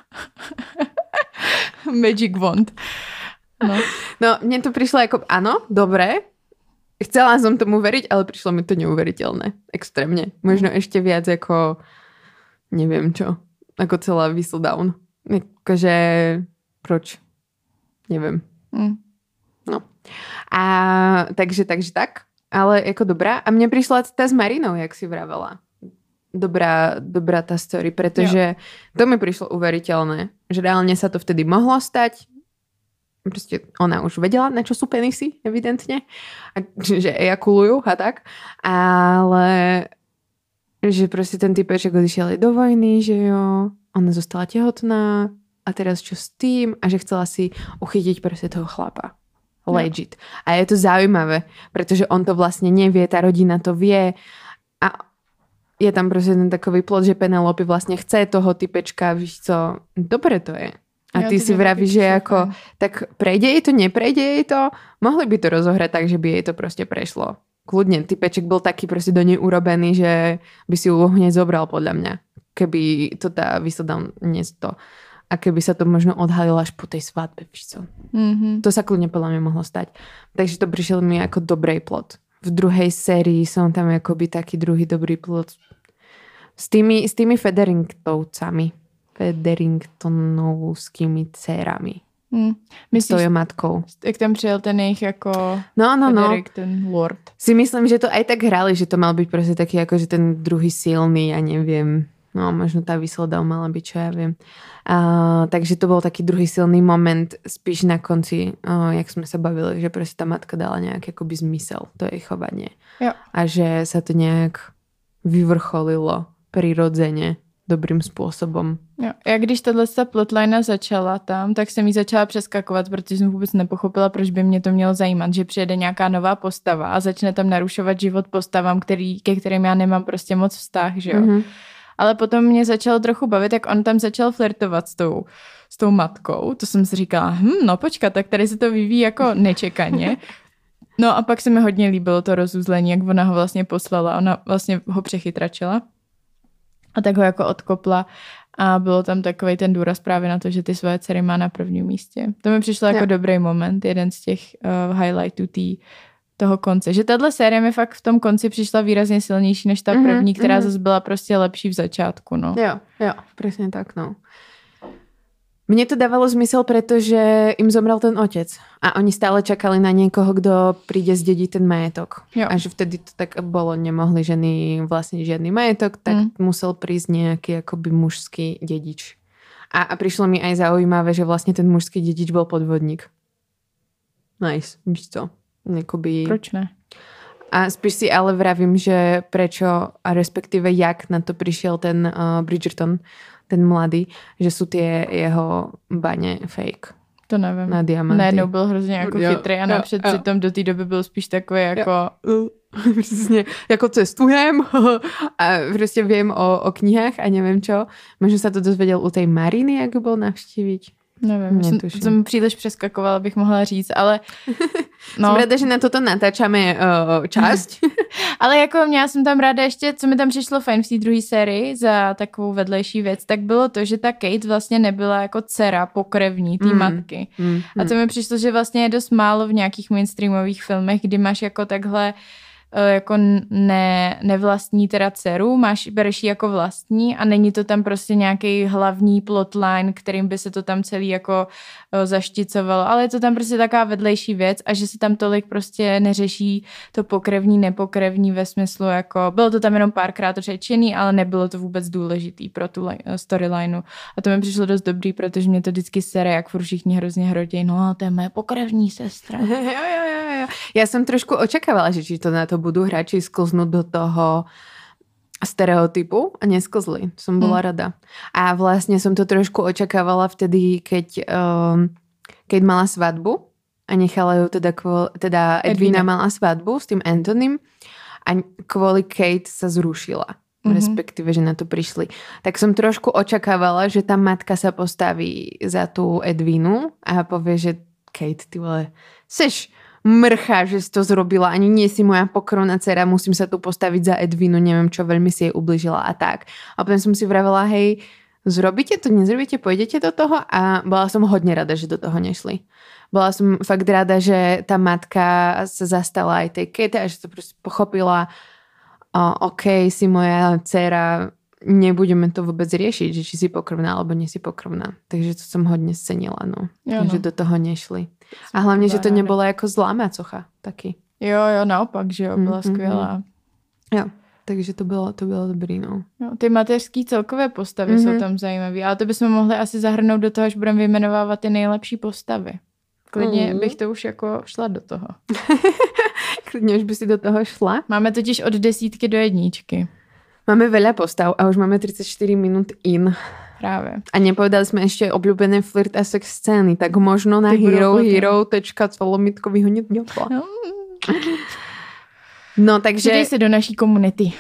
Magic wand. No. No, mne to prišlo ako, áno, dobre. Chcela som tomu veriť, ale prišlo mi to neuveriteľné. Extrémne. Možno ešte viac ako, neviem čo, ako celá Whistledown. Akože, proč? Neviem. Mm. No. A takže, takže tak. Ale ako dobrá. A mne prišla tá s Marinou, jak si vravela. Dobrá, dobrá tá story, pretože jo. to mi prišlo uveriteľné, že reálne sa to vtedy mohlo stať. Proste ona už vedela, na čo sú penisy, evidentne. A, že ejakulujú a tak. Ale že proste ten typeček odišiel aj do vojny, že jo. Ona zostala tehotná a teraz čo s tým? A že chcela si uchytiť proste toho chlapa. Legit. Jo. A je to zaujímavé, pretože on to vlastne nevie, tá rodina to vie a je tam prostě ten takový plot, že Penelope vlastně chce toho typečka, víš co, dobre to je. A ty si vravíš, že jako, tak prejde jej to, neprejde jej to, mohli by to rozohrať tak, že by jej to prostě prešlo. Kľudne, typeček byl taký prostě do nej urobený, že by si ju hneď zobral podľa mňa, keby to tá Whistledown to. A keby sa to možno odhalilo až po tej svadbe, víš co. Mm-hmm. To sa kľudne podľa mňa mohlo stať. Takže to prišiel mi ako dobrý plot. V druhej sérii som tam akoby taký druhý dobrý plot s tými, s tými Federingtovcami. Federingtonovskými dcerami. Hmm. Myslíš, s tou matkou. Jak tam přijel ten jejich jako no, no, Federik, no. ten lord. Si myslím, že to aj tak hrali, že to mal byť proste taký akože ten druhý silný, ja neviem, No, možno tá výsledá mala byť, čo ja viem. Uh, takže to bol taký druhý silný moment, spíš na konci, uh, jak sme sa bavili, že proste tá matka dala nejaký akoby zmysel, to jej chovanie. Jo. A že sa to nejak vyvrcholilo prirodzene, dobrým způsobem. Jo. Já když tahle plotline začala tam, tak jsem jí začala přeskakovat, protože jsem vůbec nepochopila, proč by mě to mělo zajímat, že přijede nějaká nová postava a začne tam narušovat život postavám, který, ke kterým já nemám prostě moc vztah, že jo. Mm-hmm. Ale potom mě začalo trochu bavit, jak on tam začal flirtovat s tou, s tou matkou. To jsem si říkala, hm, no počkat, tak tady se to vyvíjí jako nečekaně. No a pak se mi hodně líbilo to rozuzlení, jak ona ho vlastně poslala. Ona vlastně ho přechytračila a tak ho jako odkopla a bylo tam takovej ten důraz právě na to, že ty svoje dcery má na prvním místě. To mi přišlo jako ja. dobrý moment, jeden z těch uh, highlightů tý, toho konce. Že tahle série mi fakt v tom konci přišla výrazně silnější než ta první, mm-hmm, která mm-hmm. zase byla prostě lepší v začátku. No. Jo, jo, presne tak, no. Mne to dávalo zmysel, pretože im zomrel ten otec a oni stále čakali na niekoho, kto príde zdediť ten majetok. Jo. A že vtedy to tak bolo, nemohli ženy vlastniť žiadny majetok, tak mm. musel prísť nejaký akoby mužský dedič. A, a prišlo mi aj zaujímavé, že vlastne ten mužský dedič bol podvodník. Nice, víš to? Akoby... Proč ne? A spíš si ale vravím, že prečo a respektíve jak na to prišiel ten uh, Bridgerton, ten mladý, že sú tie jeho bane fake. To nevím. Na diamanty. Najednou byl hrozně jako jo, chytrý a napřed jo, jo. přitom do té doby byl spíš takový jako... Přesně, jako cestujem a prostě vím o, o knihách a nevím čo. Možná sa to dozvedel u tej Mariny, jak bol navštíviť. Nevím, jsem, jsem příliš přeskakovala, bych mohla říct, ale... No. Jsem ráda, že na toto natáčame uh, časť. Ale jako měla jsem tam ráda ještě, co mi tam přišlo fajn v té druhé sérii za takovou vedlejší věc, tak bylo to, že ta Kate vlastně nebyla jako dcera pokrevní té mm. matky. Mm. A to mi přišlo, že vlastně je dost málo v nějakých mainstreamových filmech, kdy máš jako takhle jako ne, nevlastní teda dceru, máš, bereš ji jako vlastní a není to tam prostě nějaký hlavní plotline, kterým by se to tam celý jako o, zašticovalo, ale je to tam prostě taková vedlejší věc a že se tam tolik prostě neřeší to pokrevní, nepokrevní ve smyslu jako, bylo to tam jenom párkrát řečený, ale nebylo to vůbec důležitý pro tu storylineu a to mi přišlo dost dobrý, protože mě to vždycky sere, jak furt všichni hrozně hrotějí, no to je moje pokrevní sestra. jo, jo, jo, jo. Ja som trošku očakávala, že či to na to budú hrať, či sklznú do toho stereotypu a nesklzli. Som bola hmm. rada. A vlastne som to trošku očakávala vtedy, keď, um, keď mala svadbu a nechala ju teda, kvôli, teda Edwina, Edwina mala svadbu s tým Antonym a kvôli Kate sa zrušila. Mm-hmm. Respektíve, že na to prišli. Tak som trošku očakávala, že tá matka sa postaví za tú Edwinu a povie, že Kate, ty vole, seš mrcha, že si to zrobila, ani nie si moja pokrvná dcera, musím sa tu postaviť za Edwinu, neviem čo, veľmi si jej ubližila a tak. A potom som si vravela, hej, zrobíte to, nezrobíte, pôjdete do toho? A bola som hodne rada, že do toho nešli. Bola som fakt rada, že tá matka sa zastala aj tej Kate a že to proste pochopila, uh, OK, si moja dcera, nebudeme to vôbec riešiť, že či si pokrvná alebo nie si pokrvná. Takže to som hodne scenila, no. Jo, no. Že do toho nešli. A hlavne, že to nebola jako zlá macocha taky. Jo, jo, naopak, že jo, byla mm-hmm. skvělá. Jo, takže to bylo, to bylo dobrý, no. Jo, ty mateřský celkové postavy mm-hmm. jsou tam zajímavé, ale to bychom mohli asi zahrnout do toho, až budeme vyjmenovávat ty nejlepší postavy. Klidně mm. bych to už jako šla do toho. Klidně už by si do toho šla? Máme totiž od desítky do jedničky. Máme veľa postav a už máme tridsaťštyri minút in. Práve. A nepovedali sme ešte obľúbené flirt a sex scény, tak možno na hero hero tečka colomitko vyhoniť ňopla. No. no, takže... Přidej si do naší komunity.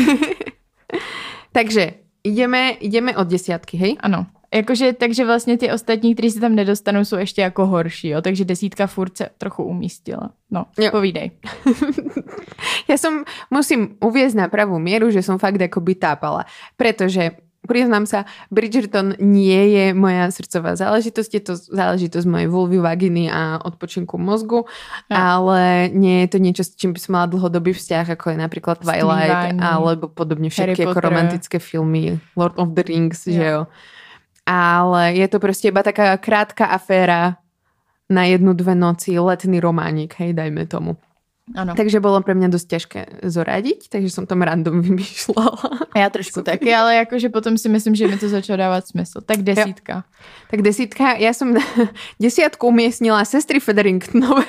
takže ideme, ideme od desiatky, hej? Ano. Jakože, takže vlastně ty ostatní, kteří se tam nedostanou, jsou ještě jako horší, jo? Takže desítka furt se trochu umístila. No, jo. Povídej. Ja som, musím uviesť na pravú mieru, že som fakt akoby tápala, pretože priznám sa, Bridgerton nie je moja srdcová záležitosť, je to záležitosť mojej vulvy, vaginy a odpočinku mozgu, ja. Ale nie je to niečo, s čím by som mala dlhodobý vzťah, ako je napríklad Twilight, alebo podobne všetky ako romantické filmy, Lord of the Rings, ja. Že jo. Ale je to proste iba taká krátka aféra na jednu, dve noci, letný románik, hej, dajme tomu. Ano. Takže bolo pre mňa dosť ťažké zoradiť, takže som tam random vymýšľala. Já trošku taky, ale jakože potom si myslím, že mi to začalo dávat smysl. Tak desítka. Jo. Tak desítka, ja som desiatku umiestnila sestry Featheringtonové.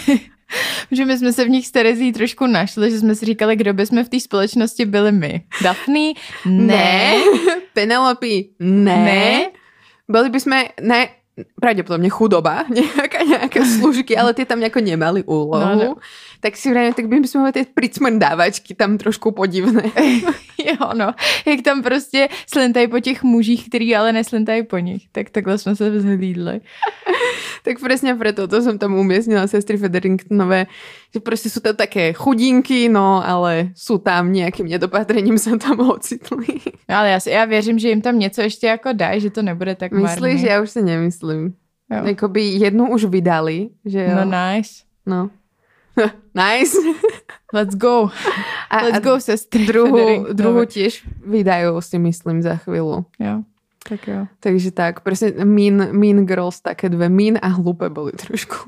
Že my jsme se v nich s Terezí trošku našli, že jsme si říkali, kdo by jsme v té společnosti byli my. Daphne? Ne. ne. Penelope? Ne. ne. Boli by sme... Ne. Pravdepodobne chudoba, nejaká, nejaké služky, ale tie tam nejako nemali úlohu. No, no. Tak si vrajím, tak by sme mali tie pricmrdávačky tam trošku podivné. Jo, no. Jak tam prostě slintají po těch mužích, který ale neslintají po nich. Tak takhle jsme se vzhlídli. Tak presne preto, to som tam umiestnila sestry Featheringtonové, že proste sú to také chudinky, no ale sú tam nejakým nedopatrením sa tam ocitli. Ale já, si, já věřím, že jim tam něco ještě jako dají, že to nebude tak marný. Myslíš? Ja už si nemyslím. Jo. Jakoby jednu už vydali. Že jo. No nice. No. Nice. Let's go. A, Let's a go, sestry. Druhú, druhú tiež vydajú, si myslím, za chvíľu. Jo. Tak jo. Takže tak, presne mean, mean Girls, také dve mean a hlúpe boli trošku.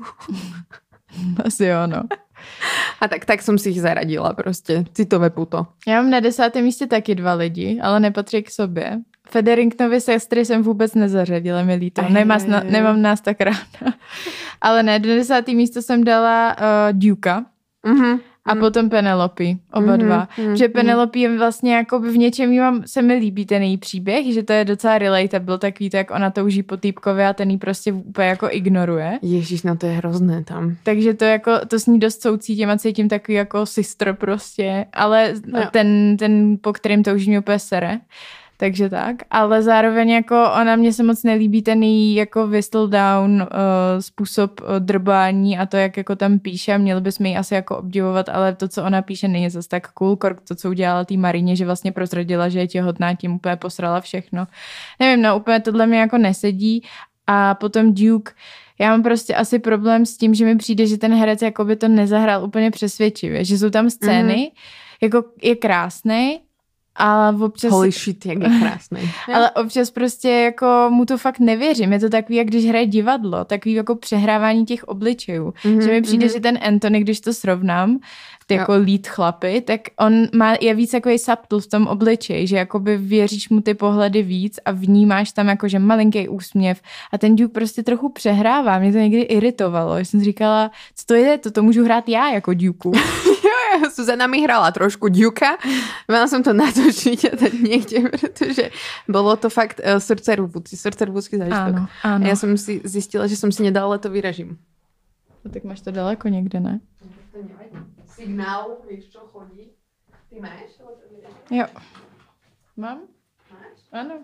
Asi jo, no. A tak, tak som si ich zaradila prostě, citové puto. Já mám na desátém místě taky dva lidi, ale nepatří k sobě. Featheringtonovy sestry jsem vůbec nezařadila, mi líto. Nemá, nemám nás tak ráda. Ale ne, do desátém místo jsem dala uh, Duka. Mhm. A mm. potom Penelope, oba mm-hmm, dva. Mm, že Penelope je vlastně jako v něčem jí mám, se mi líbí ten její příběh, že to je docela relatable, takový to, jak ona touží po týpkovi a ten jí prostě úplně jako ignoruje. Ježíš, no to je hrozné tam. Takže to jako, to s ní dost soucítím a cítím takový jako sister prostě, ale no. ten, ten, po kterým touží mě úplně sere. Takže tak, ale zároveň jako ona mě se moc nelíbí ten její jako whistle down uh, způsob uh, drbání a to, jak jako tam píše, měli bychom ji asi jako obdivovat, ale to, co ona píše, není zase tak cool, to, co udělala té Marině, že vlastně prozradila, že je těhotná, tím úplně posrala všechno. Nevím, no úplně tohle mě jako nesedí a potom Duke, já mám prostě asi problém s tím, že mi přijde, že ten herec jako by to nezahrál úplně přesvědčivě, že jsou tam scény, mm-hmm. jako je krásnej, ale občas... Holy shit, jak je krásný. Ale občas prostě jako mu to fakt nevěřím. Je to takový, jak když hraje divadlo, takový jako přehrávání těch obličejů. Mm-hmm, že mi přijde, mm-hmm. že ten Anthony, když to srovnám, ty jako lead chlapy, tak on má, je víc takový subtle v tom obličeji, že jakoby věříš mu ty pohledy víc a vnímáš tam jakože malinký úsměv a ten Duke prostě trochu přehrává. Mě to někdy iritovalo, že jsem si říkala, co to je, to, to můžu hrát já jako Duke. Jo, Zuzana mi hrala trošku Duka. Mala som to natočiť a dať niekde, pretože bolo to fakt uh, srdcervúci, srdcervúcky zážitok. Áno, áno. A ja som si zistila, že som si nedala, to vyražím. No, tak máš to daleko někde, ne? To nevadí. Signál, víš, čo chodí. Ty máš? Jo. Mám? Máš? Ano.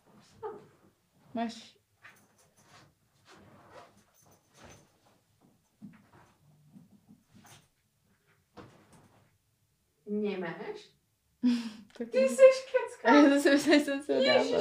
Máš. Nemáš? Tak ty seš kecka. Já to si myslím, že jsem se ho dával.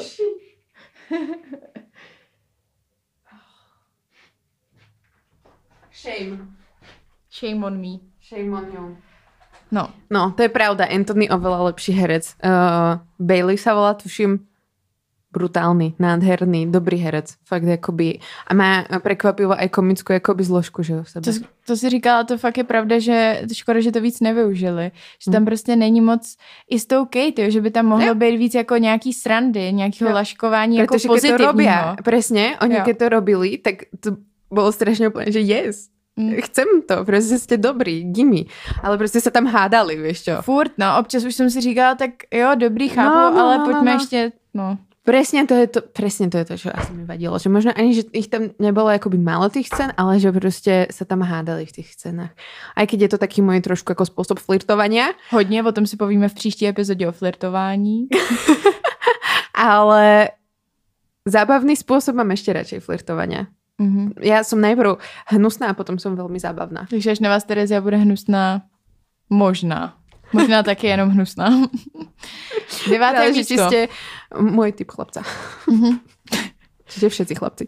Shame. Shame on me. Shame on you. No. No, to je pravda. Anthony oveľa lepší herec. Uh, Bailey sa volá, tuším, brutálny, nádherný, dobrý herec. Fakt jakoby. A má prekvapivo aj komickú jakoby zložku, že jo, v sebe. To, to si říkala, to fakt je pravda, že škoda, že to víc nevyužili. Že tam hmm. prostě není moc i s tou Kate, jo, že by tam mohlo jo. být víc jako nějaký srandy, nějakého jo. laškování jako Pretože pozitivního. Pretože keď to robia, presne, oni jo. keď to robili, tak to bolo strašne úplne, že yes. Mm. Chcem to, prostě jste dobrý, gimme. Ale prostě se tam hádali, víš čo. Furt, no, občas už jsem si říkala, tak jo, dobrý, chápu, no, no, ale no, pojďme no. ještě, no. Presne to je to, presne to je to, čo asi mi vadilo. Že možno ani, že ich tam nebolo akoby málo tých scén, ale že proste sa tam hádali v tých scénách. Aj keď je to taký môj trošku ako spôsob flirtovania. Hodně, o tom si povíme v příští epizodě o flirtování. Ale zábavný spôsob mám ešte radšej flirtovania. Mm-hmm. Ja som najprv hnusná a potom som veľmi zábavná. Takže až na vás Terezia bude hnusná, možná. Možná taky jenom hnusná. Deváté ale místo. Že ste môj typ chlapca. Mm-hmm. Čiže všetci chlapci.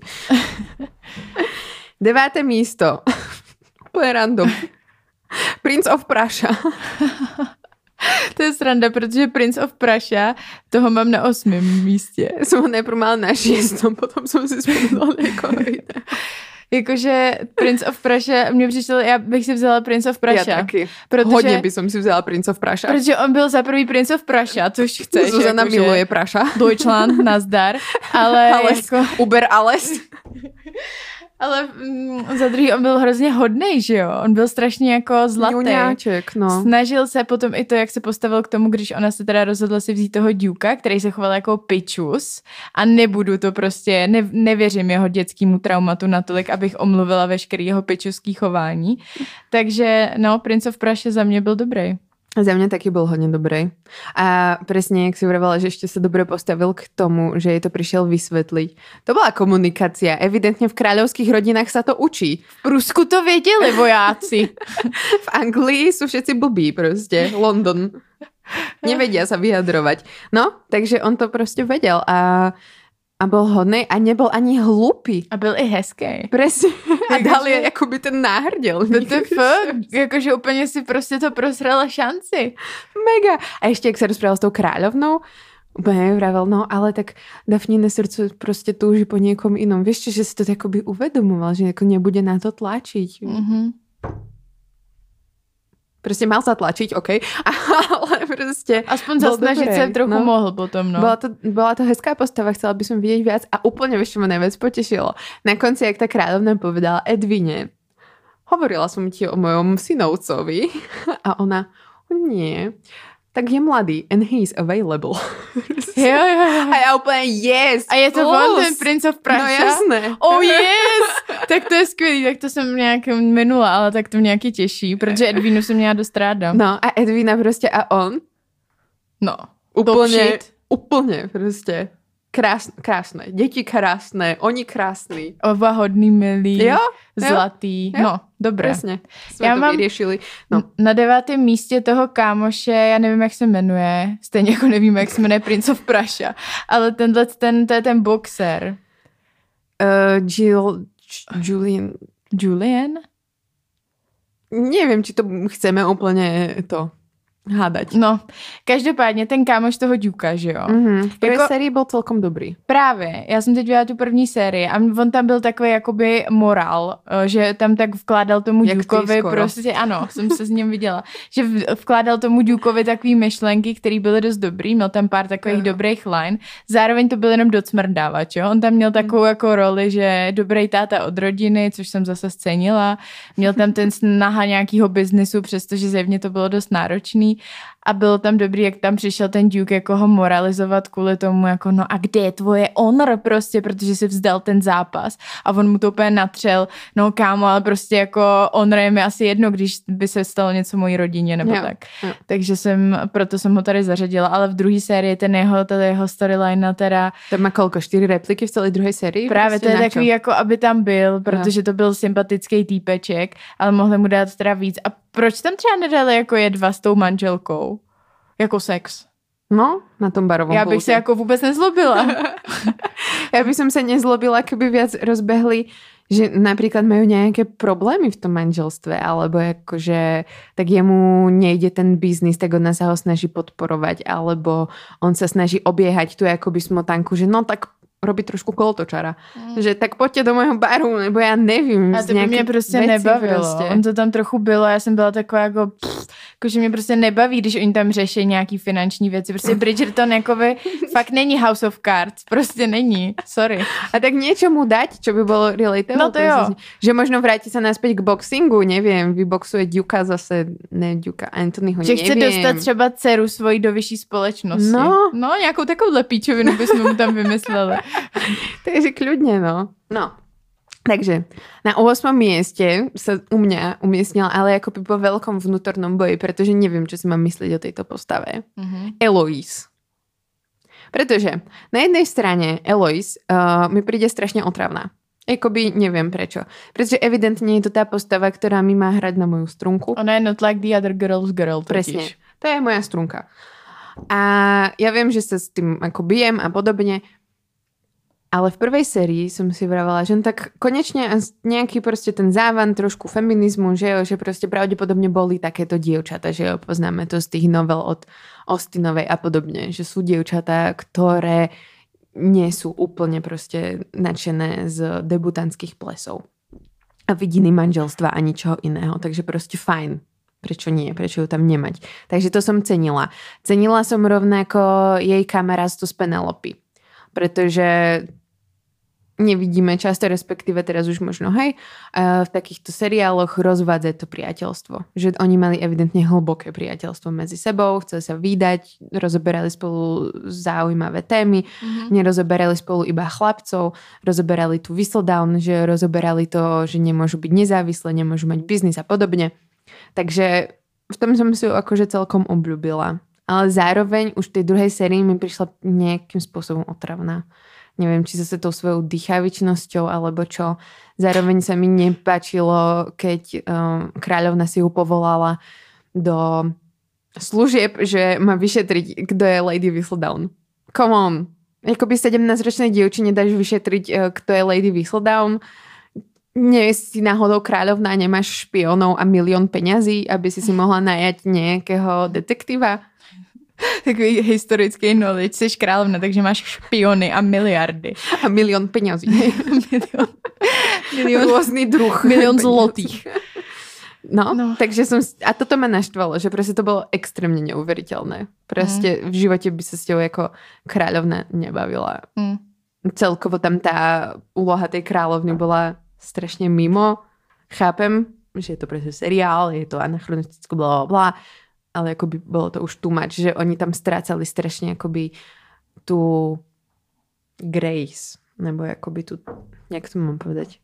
Deváté místo. Úplne random. Prince of Prussia. To je sranda, protože Prince of Prussia, toho mám na osmém místě. Som ho najprv mal na šiestom, potom som si spomenula niekoho iného. Jakože Prince of Prussia, mně přišel, já bych si vzala Prince of Prussia. Já taky. Protože, Hodně by som si vzala Prince of Prussia. Protože on byl za prvý Prince of Prussia, což chceš. Zuzana jakože miluje Prussia. Deutschland, nazdar. Ale Ales, jako... Uber Ales. Ale mm, za druhý on byl hrozně hodnej, že jo? On byl strašně jako zlatý. Juňáček, no. Snažil se potom i to, jak se postavil k tomu, když ona se teda rozhodla si vzít toho Duka, který se choval jako pičus a nebudu to prostě, ne, nevěřím jeho dětskému traumatu natolik, abych omluvila veškerý jeho pičuský chování. Takže no, Prince of Prussia za mě byl dobrý. Za mňa taký bol hodne dobrý. A presne, jak si uvedovala, že ešte sa dobre postavil k tomu, že jej to prišiel vysvetliť. To bola komunikácia. Evidentne v kráľovských rodinách sa to učí. V Prusku to věděli vojáci. V Anglii sú všetci blbí proste. London. Nevedia sa vyjadrovať. No, takže on to proste vedel a A bol hodnej a nebol ani hlupý. A byl i hezký. Presne. A dal je jakoby ten náhrdel. W T F, jakože úplně si prostě to prosrala šanci. Mega. A ešte, jak sa rozprával s tou kráľovnou, úplne vravel, no ale tak Dafnine srdce prostě touží po niekom inom. Vieš čo, že si to akoby uvedomoval, že jako nebude na to tlačiť. Mm-hmm. Prostě mal sa tlačiť, OK, ale prostě... Aspoň zasnažiť sa trochu no. mohl potom, no. Bola to, bola to hezká postava, chcela by som vidieť viac a úplne, vieš, čo ma najviac potešilo. Na konci, jak tá kráľovna povedala Edvine, hovorila som ti o mojom synovcovi a ona, nie, tak je mladý and he is available. Jo, jo, jo. A ja úplne, yes, A je to plus. on, ten Prince of Prussia? No jasné. Oh yes! Tak to je skvělý, tak to jsem nějak minula, ale tak to mě nějaký těší, protože Edvínu jsem měla dost ráda. No a Edvina prostě a on? No. Úplne, úplne prostě. Krásne, krásne. Děti krásne, oni krásní. Oba hodný, milý, jo? zlatý. Jo? No, dobré. Presne. Jsme Já to mám vyriešili. No. Na devátém místě toho kámoše, já nevím, jak se jmenuje, stejně jako nevím, jak se jmenuje Prince of Prussia, ale tenhle, ten, to je ten boxer. Uh, Jill, Julian. Julian? Nevím, či to chceme úplně to hádať. No, každopádně ten kámoš toho Duka, že jo? Mm-hmm. V první jako, sérii byl celkom dobrý. Právě, já jsem teď viděla tu první sérii a on tam byl takový jakoby morál, že tam tak vkládal tomu Jak Dukovi, prostě ano, jsem se s ním viděla, že vkládal tomu Dukovi takový myšlenky, které byly dost dobrý, měl tam pár takových uh. dobrých line, zároveň to byl jenom docmrdávač, jo? On tam měl takovou jako roli, že dobrý táta od rodiny, což jsem zase scenila, měl tam ten snaha nějakýho biznisu, přestože zjevně to bylo dost náročný. A bylo tam dobrý, jak tam přišel ten Duke jako ho moralizovat kvůli tomu, jako no a kde je tvoje honor prostě, protože si vzdal ten zápas a on mu to úplně natřel, no kámo, ale prostě jako honor je mi asi jedno, když by se stalo něco mojí rodině nebo jo, tak. Jo. Takže jsem, proto jsem ho tady zařadila, ale v druhé sérii ten jeho, ten jeho storyline teda... Tam má kolko, čtyři repliky v celé druhé sérii? Právě prostě to je takový, jako aby tam byl, protože jo. to byl sympatický týpeček, ale mohli mu dát teda víc. A proč tam třeba nedali jako jedva s tou manželkou? Jako sex. No, na tom barovom Já bych pultě. se jako vůbec nezlobila. Já bych som sa nezlobila, keby viac rozbehli, že napríklad majú nejaké problémy v tom manželstve, alebo akože tak jemu nejde ten biznis, tak ona sa ho snaží podporovať, alebo on sa snaží obiehať tu akoby smotanku, že no tak robí trošku kolotočara. Mm. Že tak pojďte do mého baru, nebo já nevím. A to by mě prostě nebavilo. Prostě. On to tam trochu bylo, já jsem byla taková jako, pff, jako že mě prostě nebaví, když oni tam řeší nějaký finanční věci. Prostě Bridgerton jakoby fakt není House of Cards. Prostě není. Sorry. A tak niečo mu dať, čo by bolo relatable. No to jo. Že možno vráti sa naspäť k boxingu, neviem, vyboxuje Duka zase, ne Duka, Anthonyho, že neviem. chce dostat třeba dceru svojí do vyšší společnosti. No. No, nějakou takovouhle píčovinu bychom mu tam vymysleli. Takže kľudne, no. No. Takže na ôsmom mieste sa u mňa umiestnila, ale ako by po veľkom vnútornom boji, pretože neviem, čo si mám myslieť o tejto postave. Mm-hmm. Eloise. Pretože na jednej strane Eloise uh, mi príde strašne otravná. Jakoby neviem prečo. Pretože evidentne je to tá postava, ktorá mi má hrať na moju strunku. Ona je not like the other girl's girl. Presne. Totiž. To je moja strunka. A ja viem, že sa s tým ako bijem a podobne, ale v prvej sérii som si vravela, že tak konečne nejaký proste ten závan, trošku feminizmu, že jo, že proste pravdepodobne boli takéto dievčata, že jo, poznáme to z tých novel od Austenovej a podobne, že sú dievčatá, ktoré nie sú úplne proste nadšené z debutantských plesov. a vidiny manželstva a ničoho iného. Takže proste fajn. Prečo nie? Prečo ju tam nemať? Takže to som cenila. Cenila som rovnako jej kamarátstvo s Penelope. Pretože nevidíme často, respektíve teraz už možno, hej, v takýchto seriáloch rozvádzať to priateľstvo. Že oni mali evidentne hlboké priateľstvo medzi sebou, chceli sa vydať, rozoberali spolu zaujímavé témy, mm-hmm. nerozoberali spolu iba chlapcov, rozoberali tu Whistledown, že rozoberali to, že nemôžu byť nezávislé, nemôžu mať biznis a podobne. Takže v tom som si ju akože celkom obľúbila. Ale zároveň už v tej druhej sérii mi prišla nejakým spôsobom otravná. Neviem, či zase tou svojou dýchavičnosťou alebo čo. Zároveň sa mi nepáčilo, keď um, kráľovna si ju povolala do služieb, že má vyšetriť, kto je Lady Whistledown. Come on. Jakoby sedemnásťročnej dievčine dáš vyšetriť, uh, kto je Lady Whistledown. Nie si náhodou kráľovná, nemáš špionov a milión peňazí, aby si si mohla najať nejakého detektíva. Takový historický knowledge, jsi královna, takže máš špiony a miliardy. A milión peňazí. milion, milion, rôzny druh. Milión zlotých. No, no, takže som... A toto ma naštvalo, že proste to bolo extrémne neuveriteľné. Proste mm. v živote by sa s tou ako kráľovna nebavila. Mm. Celkovo tam tá úloha tej kráľovny bola strašne mimo. Chápem, že je to proste seriál, je to anachronistické, bla, bla, bla. Ale akoby bolo to už too much, že oni tam strácali strašne akoby tú grace, nebo akoby tú, jak to mám povedať,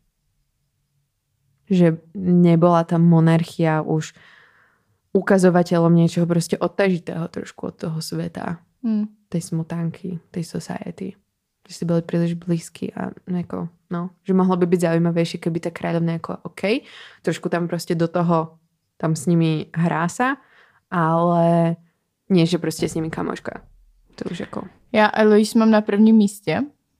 že nebola tam monarchia už ukazovateľom niečoho proste odtažitého trošku od toho sveta, hmm. tej smotánky, tej society. Že si boli príliš blízky a neko, no, že mohlo by byť zaujímavejšie, keby tá kráľovna ako OK, trošku tam proste do toho, tam s nimi hrá sa, ale nie, že prostě s nimi kamoška. To už jako... Já Eloise mám na prvním místě.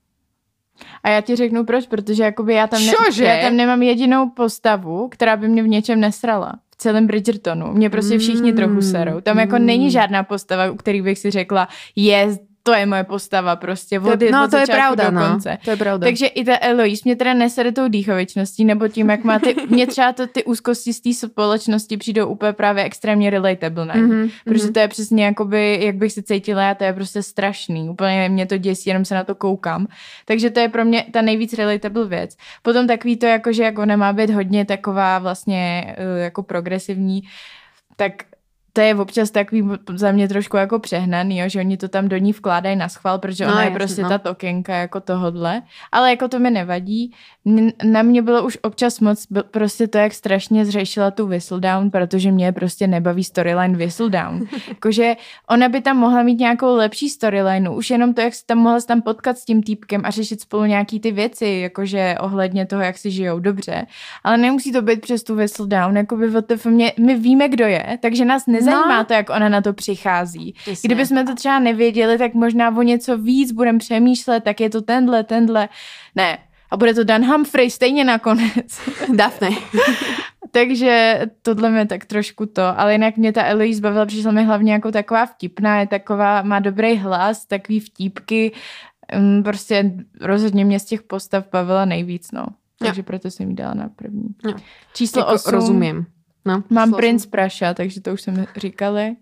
A já ti řeknu proč, protože jakoby já tam, ne, já tam nemám jedinou postavu, která by mě v něčem nesrala. V celém Bridgertonu. Mě prostě všichni mm. trochu serou. Tam jako mm. není žádná postava, u který bych si řekla, je... To je moje postava prostě. Od, to, no od to je pravda, do no. konce. To je pravda. Takže i ta Eloise mě teda nesere tou dýchovičností, nebo tím, jak má ty, mě třeba to, ty úzkosti z té společnosti přijdou úplně právě extrémně relatable na ní. Mm-hmm, protože to je přesně jakoby, jak bych se cítila já, to je prostě strašný. Úplně mě to děsí, jenom se na to koukám. Takže to je pro mě ta nejvíc relatable věc. Potom takový to, jako, že jak ona má být hodně taková vlastně jako progresivní, tak to je občas takový za mě trošku jako přehnaný, jo, že oni to tam do ní vkládají na schvál, protože ona no, je jasný, prostě no. ta tokenka jako tohodle. Ale jako to mi nevadí. Na mě bylo už občas moc prostě to, jak strašně zřešila tu Whistledown, protože mě prostě nebaví storyline Whistledown. Jakože ona by tam mohla mít nějakou lepší storyline, už jenom to, jak se tam mohla tam potkat s tím týpkem a řešit spolu nějaký ty věci, jakože ohledně toho, jak si žijou dobře. Ale nemusí to být přes tu Whistledown, jakoby mě, my víme, kdo je, takže nás nez Zajímá no. to, jak ona na to přichází. Přesně. Kdyby jsme to třeba nevěděli, tak možná o něco víc budeme přemýšlet, tak je to tenhle, tenhle. Ne. A bude to Dan Humphrey stejně nakonec. Daphne. Takže tohle mě tak trošku to. Ale jinak mě ta Eloise bavila, přišla mi hlavně jako taková vtipná, je taková, má dobrý hlas, takový vtípky. Prostě rozhodně mě z těch postav bavila nejvíc, no. Takže jo. proto jsem jí dala na první. Jo. Číslo jako osm. Rozumím. No, mám Prince Prussia, takže to už jsme říkali.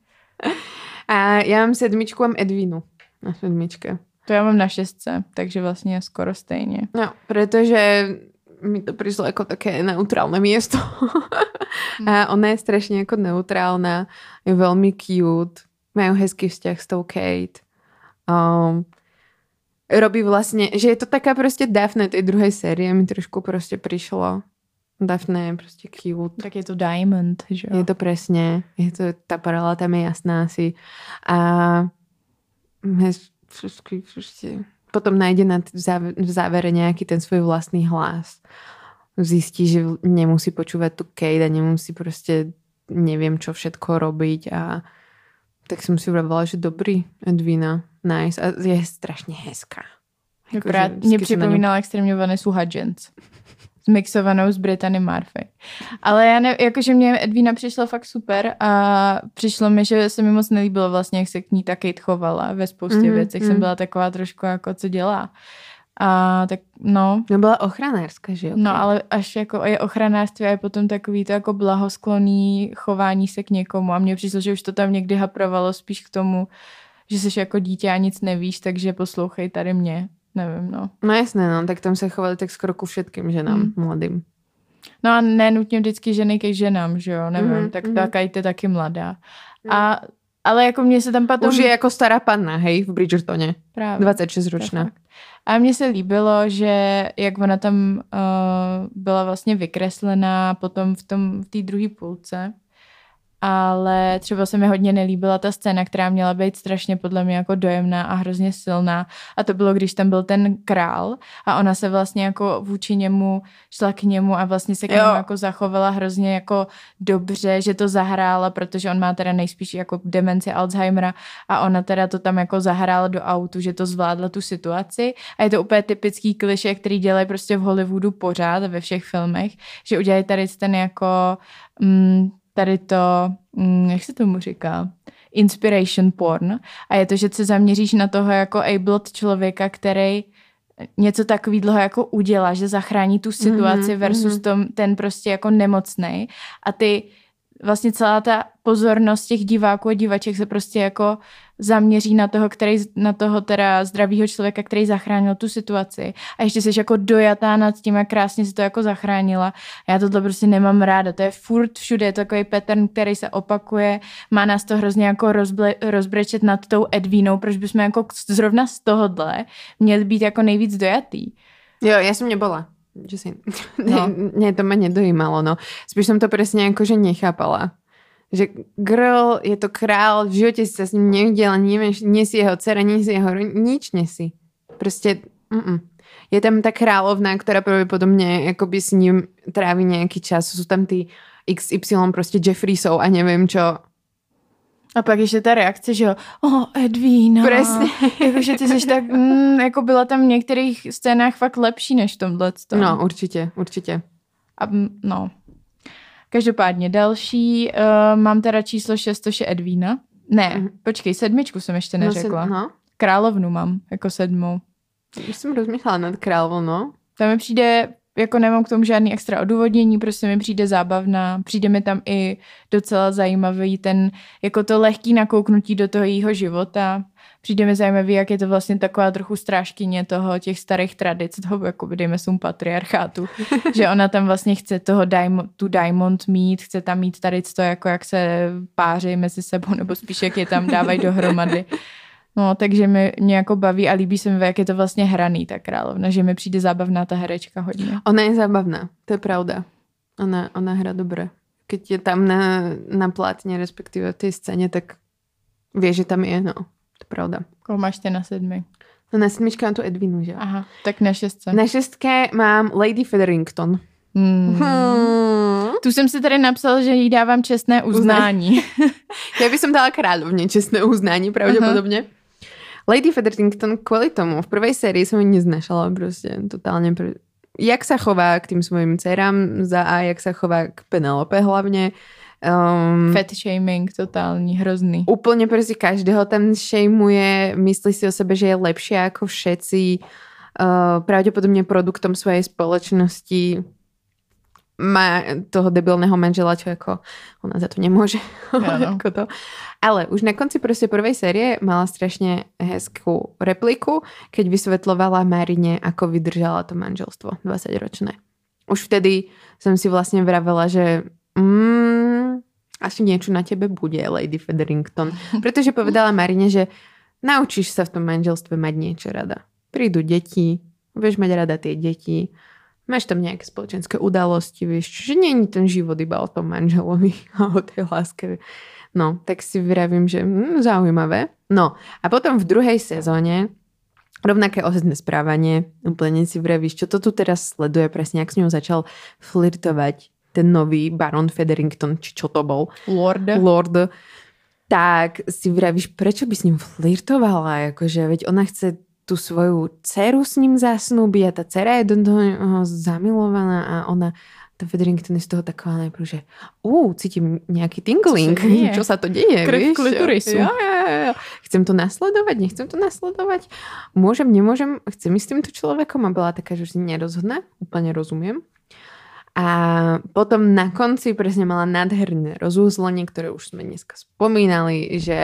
A já mám sedmičku, mám Edwinu na sedmičke. To já mám na šestce, takže vlastně skoro stejně. No, protože mi to přišlo jako také neutrálne miesto. hmm. A ona je strašně jako neutrálna, je velmi cute, mají hezký vzťah s tou Kate. Um, robí vlastně, že je to taká prostě Daphne tej druhej série, mi trošku prostě přišlo. Daphne je prostě cute. Tak je to Diamond, že jo? Je to presne. Je to, tá paralela tam je jasná asi. A prostě potom najde na v závere nejaký ten svoj vlastný hlas. Zistí, že nemusí počúvať tu Kate a nemusí prostě neviem čo všetko robiť a tak som si uvědomila, že dobrý Edwina. Nice. A je strašně hezká. Jako, mě připomínala extrémně Vanessa Hudgens. Zmixovanou s Brittany Murphy. Ale já ne, jakože mě Edwina přišla fakt super a přišlo mi, že se mi moc nelíbilo vlastně, jak se k ní ta Kate chovala ve spoustě mm-hmm. věcech. Mm. Jsem byla taková trošku jako, co dělá. A tak no. No byla ochranářská, že jo? No ale až jako je ochranářství a je potom takový to jako blahoskloný chování se k někomu a mně přišlo, že už to tam někdy haprovalo spíš k tomu, že jsi jako dítě a nic nevíš, takže poslouchej tady mě. Nevím, no. No jasné, no, tak tam se chovali tak skoro ku všetkým ženám hmm. mladým. No a nenutně vždycky ženy ke ženám, že jo, nevím, mm-hmm. tak taká je taky mladá. A, ale jako mně se tam potom... Už je jako stará panna, hej, v Bridgertone. Právě. dvacet šest ročná. A mně se líbilo, že jak ona tam uh, byla vlastně vykreslená potom v tom v té druhé půlce, ale třeba se mi hodně nelíbila ta scéna, která měla být strašně podle mě jako dojemná a hrozně silná. A to bylo, když tam byl ten král a ona se vlastně jako vůči němu šla k němu a vlastně se k němu jako zachovala hrozně jako dobře, že to zahrála, protože on má teda nejspíš jako demenci Alzheimera a ona teda to tam jako zahrála do autu, že to zvládla tu situaci a je to úplně typický klišé, který dělají prostě v Hollywoodu pořád a ve všech filmech, že udělají tady ten jako... Mm, tady to, jak se tomu říká, inspiration porn. A je to, že se zaměříš na toho jako abled člověka, který něco takový dlouho jako udělá, že zachrání tu situaci mm-hmm, versus tom, ten prostě jako nemocnej. A ty vlastně celá ta pozornost těch diváků a divaček se prostě jako zaměří na toho, který, na toho teda zdravýho člověka, který zachránil tu situaci. A ještě jsi jako dojatá nad tím, jak krásně si to jako zachránila. A já tohle prostě nemám ráda. To je furt všude, je to takový pattern, který se opakuje. Má nás to hrozně jako rozble, rozbrečet nad tou Edvínou, proč bychom jako zrovna z tohohle měli být jako nejvíc dojatý. Jo, ja som nebola. Že si... no. Nie, to ma nedojímalo, no. Spíš som to presne akože nechápala. Že girl, je to král, v živote si sa s ním nevidela, nevieš, nie si jeho dcera, nie si jeho, nič nie si. Proste, mm-mm. Je tam tá kráľovná, ktorá pravdepodobne akoby s ním trávi nejaký čas. Sú tam tí iks ypsilon proste Jeffriesov a neviem čo. A pak ještě ta reakce, že jo, oh, Edvína. Presne. Jakože ty jsi tak, mm, jako byla tam v některých scénách fakt lepší než v tomhle. No, určitě, určitě. A, no. Každopádně další, uh, mám teda číslo šest, což je Edvína. Ne, mm. počkej, sedmičku jsem ještě neřekla. No, sed, no. Královnu mám, jako sedmou. Už jsem rozmýšlela nad královnou, no. Tam mi přijde, jako nemám k tomu žádný extra odůvodnění, prostě mi přijde zábavná, přijde mi tam i docela zajímavý ten, jako to lehký nakouknutí do toho jejího života. Přijde mi zajímavý, jak je to vlastně taková trochu strážkyně toho, těch starých tradic, toho, jako dejme sum patriarchátu, že ona tam vlastně chce toho diamond, tu diamond mít, chce tam mít tady to, jako jak se páří mezi sebou, nebo spíš jak je tam dávají dohromady. No, takže mi, mě jako baví a líbí se mi, jak je to vlastně hraný, ta královna, že mi přijde zábavná ta herečka hodně. Ona je zábavná, to je pravda. Ona, ona hra dobre. Keď je tam na, na plátne, respektíve v tej scéne, tak vie, že tam je, no. To je pravda. Koho máš ty na sedmi? No na sedmička mám tu Edvinu, že? Aha, tak na šestce. Na šestke mám Lady Featherington. Hmm. Hmm. Tu jsem si tady napsal, že jí dávám čestné uznání. Ja by som dala kráľovne čestné uznání, pravdepodobne. Uh-huh. Lady Featherington kvôli tomu, v prvej sérii som ju neznašala proste totálne. Pr- jak sa chová k tým svojim dcerám za A, jak sa chová k Penelope hlavne. Um, Fat shaming, totální, hrozný. Úplne proste každého tam shameuje, myslí si o sebe, že je lepšia ako všetci. Uh, pravdepodobne produktom svojej spoločnosti. Má toho debilného manžela, čo ako ona za to nemôže. Ako to. Ale už na konci proste prvej série mala strašne hezkú repliku, keď vysvetľovala Marine, ako vydržala to manželstvo dvadsaťročné. Už vtedy som si vlastne vravela, že mm, asi niečo na tebe bude, Lady Featherington. Pretože povedala Marine, že naučíš sa v tom manželstve mať niečo rada. Prídu deti, budeš mať rada tie deti, máš tam nejaké spoločenské udalosti, vieš, že nie je ten život iba o tom manželovi a o tej láske. No, tak si vravím, že hm, zaujímavé. No, a potom v druhej sezóne rovnaké osudné správanie, úplne si vravíš, čo to tu teraz sleduje, presne jak s ňou začal flirtovať ten nový Baron Featherington, či čo to bol. Lord. Lord. Tak si vravíš, prečo by s ním flirtovala, akože, veď ona chce tú svoju dceru s ním zasnúbiť a tá dcera je do toho zamilovaná a ona ten Featherington je z toho taková najprv, že ú, cítim nejaký tingling, Co sa deje? čo sa to deje, Krev vieš? klitorisu. Jo, jo, jo. Chcem to nasledovať, nechcem to nasledovať, môžem, nemôžem, chcem ísť s týmto človekom a bola taká, že už si nerozhodná, úplne rozumiem. A potom na konci presne mala nádherné rozúzlenie, ktoré už sme dneska spomínali, že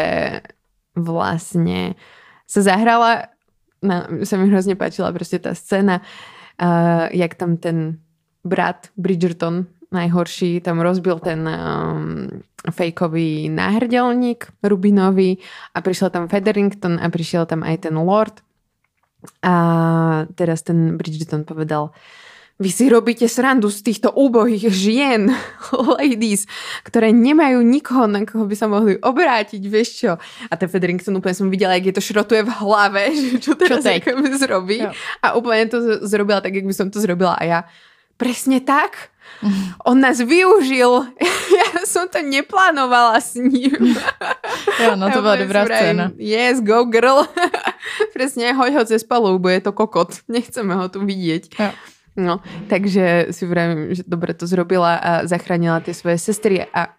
vlastne sa zahrala, no, sa mi hrozne páčila proste tá scéna, uh, jak tam ten brat Bridgerton, najhorší, tam rozbil ten um, fejkový náhrdelník rubinový a prišiel tam Featherington a prišiel tam aj ten lord a teraz ten Bridgerton povedal: vy si robíte srandu z týchto úbohých žien, ladies, ktoré nemajú nikoho, na koho by sa mohli obrátiť, vieš čo. A ten Featherington úplne som videla, jak je to šrotuje v hlave, že čo teraz čo zrobí. Jo. A úplne to zrobila tak, jak by som to zrobila a ja. Presne tak. On nás využil. Ja som to neplánovala s ním. Jo, no to bola dobrá scéna. Yes, go girl. Presne, hoď ho cez palúbu, je to kokot. Nechceme ho tu vidieť. Jo. No, takže si vravím, že dobre to zrobila a zachránila tie svoje sestry a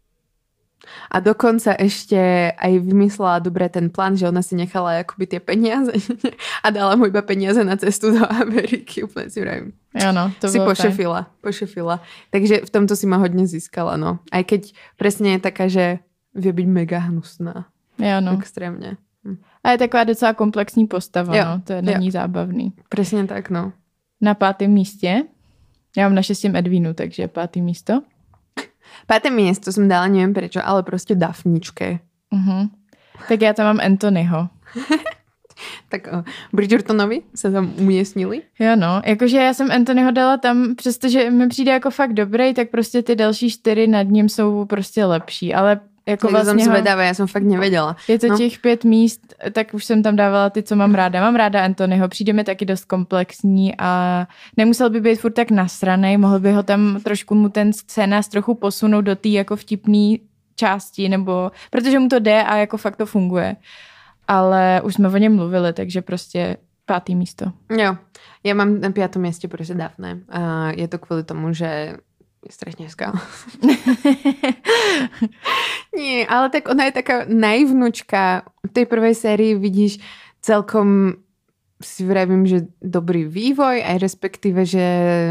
a dokonca ešte aj vymyslela dobre ten plán, že ona si nechala akoby tie peniaze a dala mu iba peniaze na cestu do Ameriky. Úplne si vravím. Ano, to si bolo pošefila, pošefila. Takže v tomto si ma hodne získala, no. Aj keď presne je taká, že vie byť mega hnusná. Ano. Extrémne. Hm. A je taková docela komplexní postava, jo. no. To je, není jo. zábavný. Presne tak, no. Na pátém místě. Já mám na šestém Edwinu, takže pátý místo. Páté miesto som dala, neviem prečo, ale proste Daphničke. Uh-huh. Tak ja tam mám Anthonyho. Tak uh, Bridgertonovi sa tam umiestnili? Jo no, jakože já jsem Anthonyho dala tam, přestože mi přijde jako fakt dobrý, tak prostě ty další čtyři nad ním jsou prostě lepší, ale jako tak vlastně som zvedavá, ja som fakt nevedela. Je to no. těch pět míst, tak už jsem tam dávala ty, co mám ráda. Mám ráda Anthonyho, přijde mi taky dost komplexní a nemusel by být furt tak nasranej, mohl by ho tam trošku mu ten scénář trochu posunout do té jako vtipný části, nebo protože mu to jde a jako fakt to funguje. Ale už jsme o něm mluvili, takže prostě pátý místo. Jo, ja mám na piatom mieste proste Daphne. A je to kvôli tomu, že je strašňažská. Nie, ale tak ona je taká naivnučka. V tej prvej sérii vidíš celkom, si vravím, že dobrý vývoj, aj respektíve, že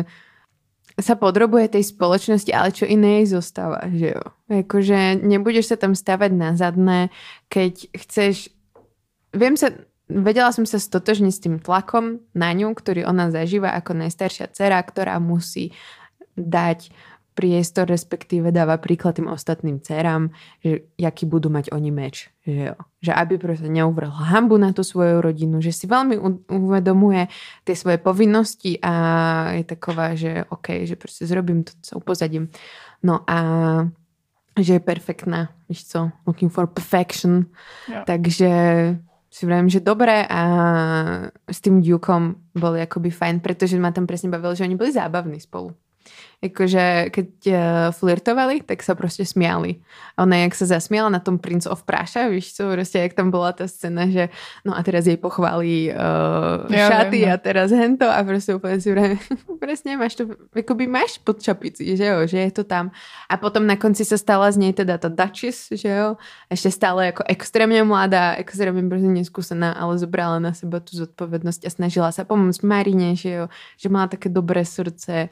sa podrobuje tej spoločnosti, ale čo iné jej zostáva, že jo. Akože nebudeš sa tam stavať na zadné, keď chceš... Viem sa... Vedela som sa stotožniť s tým tlakom na ňu, ktorý ona zažíva ako najstaršia dcera, ktorá musí dať priestor, respektíve dáva príklad tým ostatným dcerám, že jaký budú mať oni meč. Že, jo. Že aby proste neuvrhla hanbu na tú svoju rodinu, že si veľmi uvedomuje tie svoje povinnosti a je taková, že OK, že proste zrobím to, sa upozadím. No a že je perfektná, víš co, looking for perfection. Ja. Takže si vravím, že dobré a s tým Dukeom boli akoby fajn, pretože ma tam presne bavilo, že oni boli zábavní spolu. Akože keď uh, flirtovali, tak sa proste smiali. A ona, jak sa zasmiala na tom Prince of Prussia, víš co, proste, jak tam bola tá scéna, že no a teraz jej pochválí uh, ja šaty viem, no. A teraz hento a proste úplne si vrajme, presne máš to, akoby máš pod čapici, že jo, že je to tam. A potom na konci sa stala z nej teda tá Duchess, že jo, ešte stále ako extrémne mladá, extrémne proste neskúsená, ale zobrala na seba tú zodpovednosť a snažila sa pomôcť Marine, že jo, že mala také dobré srdce.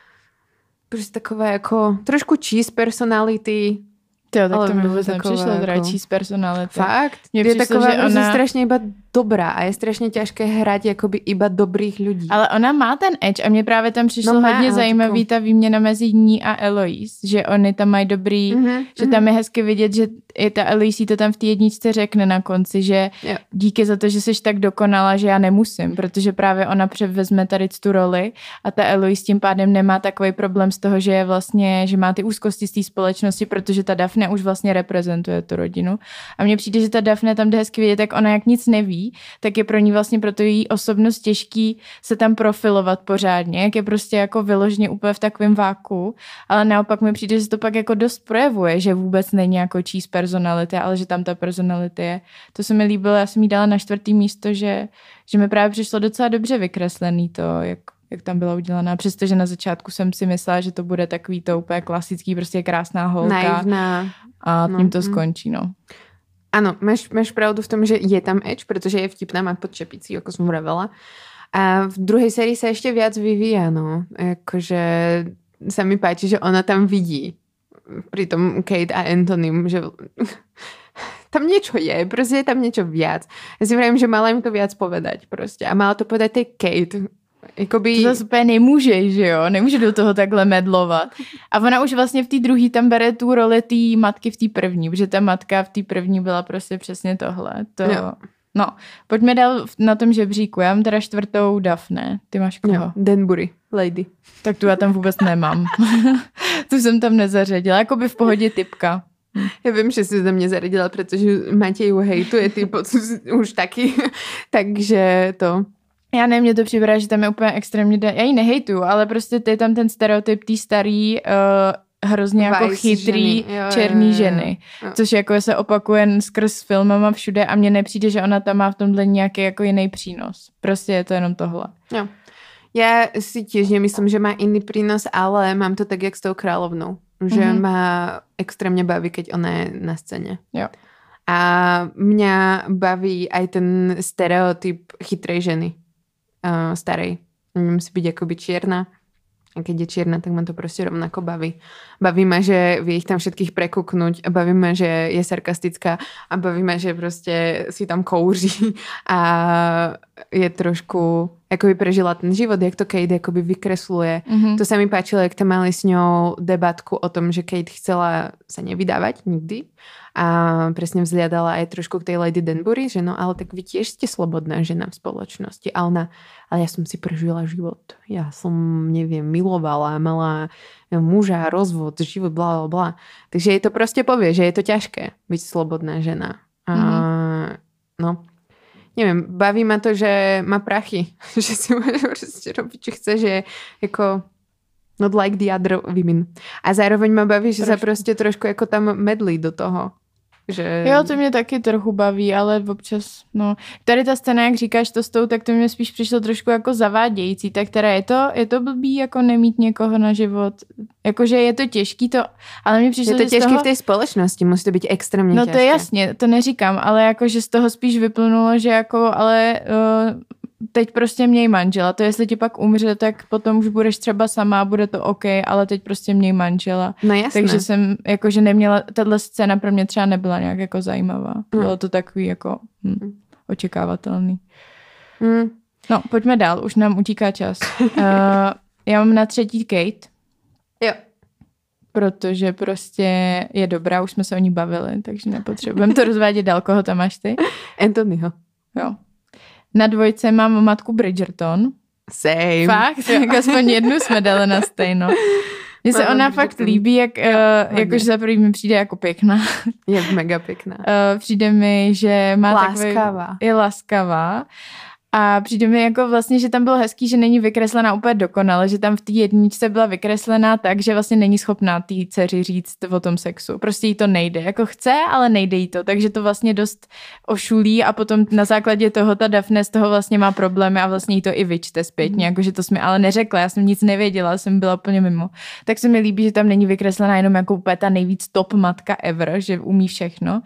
Prostě takové jako trošku cheese personality. Jo, tak to mi vůbec nepřišlo, teda jako... cheese personality. Fakt? Mně je přišlo, taková že ona... strašně iba dobrá a je strašně těžké hrát jakoby iba dobrých lidí. Ale ona má ten edge a mně právě tam přišlo no má, hodně zajímavý ta výměna mezi ní a Eloise, že oni tam mají dobrý, mm-hmm, že tam je hezky vidět, že i ta Eloise to tam v té jedničce řekne na konci, že jo. Díky za to, že jsi tak dokonala, že já nemusím, protože právě ona převezme tady tu roli a ta Eloise tím pádem nemá takový problém z toho, že je vlastně, že má ty úzkosti z té společnosti, protože ta Daphne už vlastně reprezentuje tu rodinu. A mně přijde, že ta Daphne tam jde hezky vidět, tak ona jak nic neví, tak je pro ní vlastně pro to její osobnost těžký se tam profilovat pořádně, jak je prostě jako vyloženě úplně v takovém váku, ale naopak mi přijde, že to pak jako dost projevuje, že vůbec není jako cheese personality, ale že tam ta personality je. To se mi líbilo, já jsem jí dala na čtvrtý místo, že, že mi právě přišlo docela dobře vykreslený to, jak, jak tam byla udělaná. Přestože na začátku jsem si myslela, že to bude takový to úplně klasický, prostě krásná holka. Naivná. A tím no, to skončí, no. Áno, máš, máš pravdu v tom, že je tam edge, pretože je vtipná, má pod čepicí, ako som vravela. A v druhej sérii sa ešte viac vyvíja, no. Akože sa mi páči, že ona tam vidí pri tom Kate a Antonym, že tam niečo je, proste je tam niečo viac. Ja si vravím, že mala im to viac povedať proste. A mala to povedať tej Kate. Jakoby... To zase úplně nemůžeš, že jo? Nemůže do toho takhle medlovat. A ona už vlastně v té druhé tam bere tu roli té matky v té první, protože ta matka v té první byla prostě přesně tohle. To... Jo. No, pojďme dál na tom žebříku. Já mám teda čtvrtou Daphne. Ty máš koho? Jo, Danbury, lady. Tak tu já tam vůbec nemám. Tu jsem tam nezařadila. Jakoby v pohodě typka. Hm. Ja viem, že si to tam nezaradila, pretože Matej ju hejtuje typ už taky. Takže to... Já nevím, mně to připadá, že tam je úplně extrémně... De- já ji nehejtuju, ale prostě ty je tam ten stereotyp té starý, uh, hrozně jako Vice chytrý ženy. Jo, černý jo, jo, jo. ženy. Jo. Což jako se opakuje skrz filmama všude a mně nepřijde, že ona tam má v tomhle nějaký jako jiný přínos. Prostě je to jenom tohle. Jo. Ja si tiež nemyslím, že má iný prínos, ale mám to tak, jak s tou kráľovnou. Že mm-hmm. ma extrémne baví, keď ona je na scéne. Jo. A mňa baví aj ten stereotyp chytrej ženy. Uh, starej. Nemusí byť akoby čierna. A keď je čierna, tak ma to proste rovnako baví. Baví ma, že vie ich tam všetkých prekuknúť. A baví ma, že je sarkastická. A baví ma, že proste si tam kouří. A je trošku... Akoby prežila ten život, jak to Kate akoby vykresluje. Mm-hmm. To sa mi páčilo, jak tam mali s ňou debatku o tom, že Kate chcela sa nevydávať nikdy. A presne vzliadala aj trošku k tej Lady Danbury, že no, ale tak vy tiež ste slobodná žena v spoločnosti. A ona, ale ja som si prežila život. Ja som, neviem, milovala, mala muža, rozvod, život, bla, bla, bla. Takže jej to proste povie, že je to ťažké byť slobodná žena. A no... Neviem, baví ma to, že má prachy. Že si môže proste robiť, čo chce, že ako not like the other women. A zároveň ma baví, že trošku. sa proste trošku ako tam medlí do toho. Že... Jo, to mě taky trochu baví, ale občas, no. Tady ta scéna, jak říkáš to s tou, tak to mě spíš přišlo trošku jako zavádějící. Tak teda je to, je to blbý jako nemít někoho na život. Jakože je to těžký to, ale mě přišlo, je to že těžké toho... v té společnosti, musí to být extrémně no, těžké. No to je jasně, to neříkám, ale jakože z toho spíš vyplnulo, že jako, ale uh, teď prostě měj manžela. To jestli ti pak umře, tak potom už budeš třeba sama, bude to OK, ale teď prostě měj manžela. No jasné. Takže jsem jakože neměla, tato scéna pro mě třeba nebyla nějak jako zajímavá. Mm. Bylo to takový jako hm, očekávatelný. Mm. No, pojďme dál, už nám utíká čas. uh, já mám na třetí Kate. Jo. Protože prostě je dobrá, už jsme se o ní bavili, takže nepotřebujeme to rozvádět dál. Koho tam máš ty? Anthonyho. Jo. Na dvojce mám matku Bridgerton. Same. Fakt? Tak aspoň jednu jsme dali na stejno. Mně se ona fakt líbí, jak, uh, jakože za prvý mi přijde jako pěkná. Je mega pěkná. Uh, přijde mi, že má láskavá. takový... Je láskavá. A přijde mi jako vlastně, že tam bylo hezký, že není vykreslená úplně dokonale, že tam v té jedničce byla vykreslená tak, že vlastně není schopná té dceři říct o tom sexu. Prostě jí to nejde. Jako chce, ale nejde jí to. Takže to vlastně dost ošulí a potom na základě toho ta Daphne z toho vlastně má problémy a vlastně jí to i vyčte zpětně. Jako, že to jsi mi ale neřekla, já jsem nic nevěděla, jsem byla úplně mimo. Tak se mi líbí, že tam není vykreslená jenom jako úplně ta nejvíc top matka ever, že umí všechno.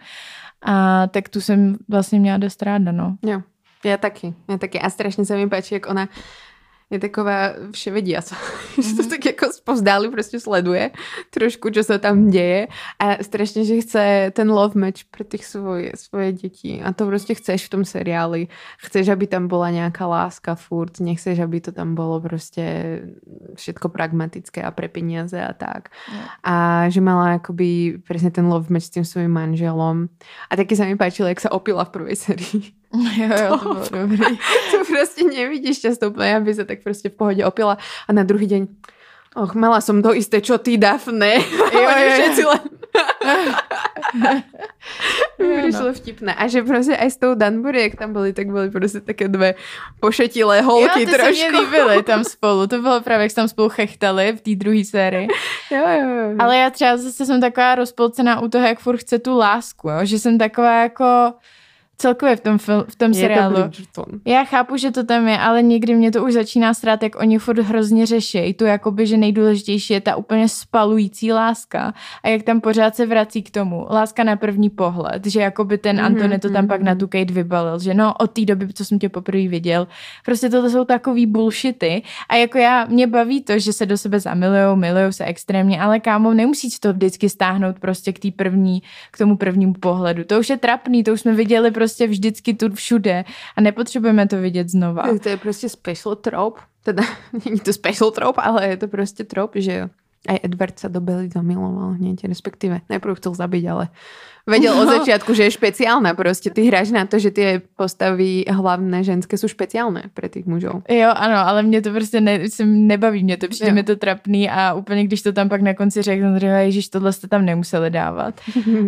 A tak tu jsem vlastně měla dost ráda, no. Jo. Ja taky, ja taky. A strašne sa mi páči, jak ona je taková vševediaca. Mm-hmm. Že to tak jako spovzdáli prostě sleduje trošku, čo sa tam deje. A strašne, že chce ten love match pre tých svoje, svoje deti. A to prostě chceš v tom seriáli. Chceš, aby tam bola nejaká láska furt. Nechceš, aby to tam bolo prostě všetko pragmatické a pre peniaze a tak. Yeah. A že mala akoby presne ten love match s tým svojím manželom. A taky sa mi páčilo, jak sa opila v prvej sérii. Jo, jo, to bylo dobrý. To prostě nevidíš často úplně, aby se tak prostě v pohodě opila a na druhý deň och, mala som to isté, čo ty, Daphne. Jo, jo, všetci len... Prišlo vtipné. A že prostě aj s tou Danbury, jak tam byli, tak byly prostě také dve pošetilé holky jo, ty trošku. Jo, ty se mě líbily tam spolu. To bylo právě, jak tam spolu chechtali v té druhé sérii. Jo, jo, jo. Ale já třeba zase jsem taková rozpolcená u toho, jak furt chce tu lásku, jo? Že jsem taková jako... celkově v tom, fil- v tom je seriálu. to Bridgerton. Já chápu, že to tam je, ale někdy mě to už začíná srát, jak oni furt hrozně řeší. Tu jakoby, že nejdůležitější je ta úplně spalující láska. A jak tam pořád se vrací k tomu. Láska na první pohled, že jakoby ten Antony to tam mm-hmm. pak na tu Kate vybalil, že no od té doby, co jsem tě poprvé viděl. Prostě tohle jsou takový bullshity. A jako já, mě baví to, že se do sebe zamilujou, milujou se extrémně, ale kámo, nemusíš to vždycky stáhnout prostě k té první, k tomu prvnímu pohledu. To už je trapný, to už jsme viděli prostě vždycky tu všude a nepotřebujeme to vidět znova. To je prostě special trope. Teda není to special trope, ale je to prostě trope, že aj Edward sa do Belly zamiloval hneď, respektíve najprv chcel zabiť, ale vedel od začiatku, že je špeciálna. Proste ty hráš na to, že tie postavy hlavné ženské sú špeciálne pre tých mužov. Jo, ano, ale mě to prostě ne, nebaví, mě to přijde mi to trapný a úplně když to tam pak na konci řekl, jsem říkala, ježiš, tohle jste tam nemuseli dávat.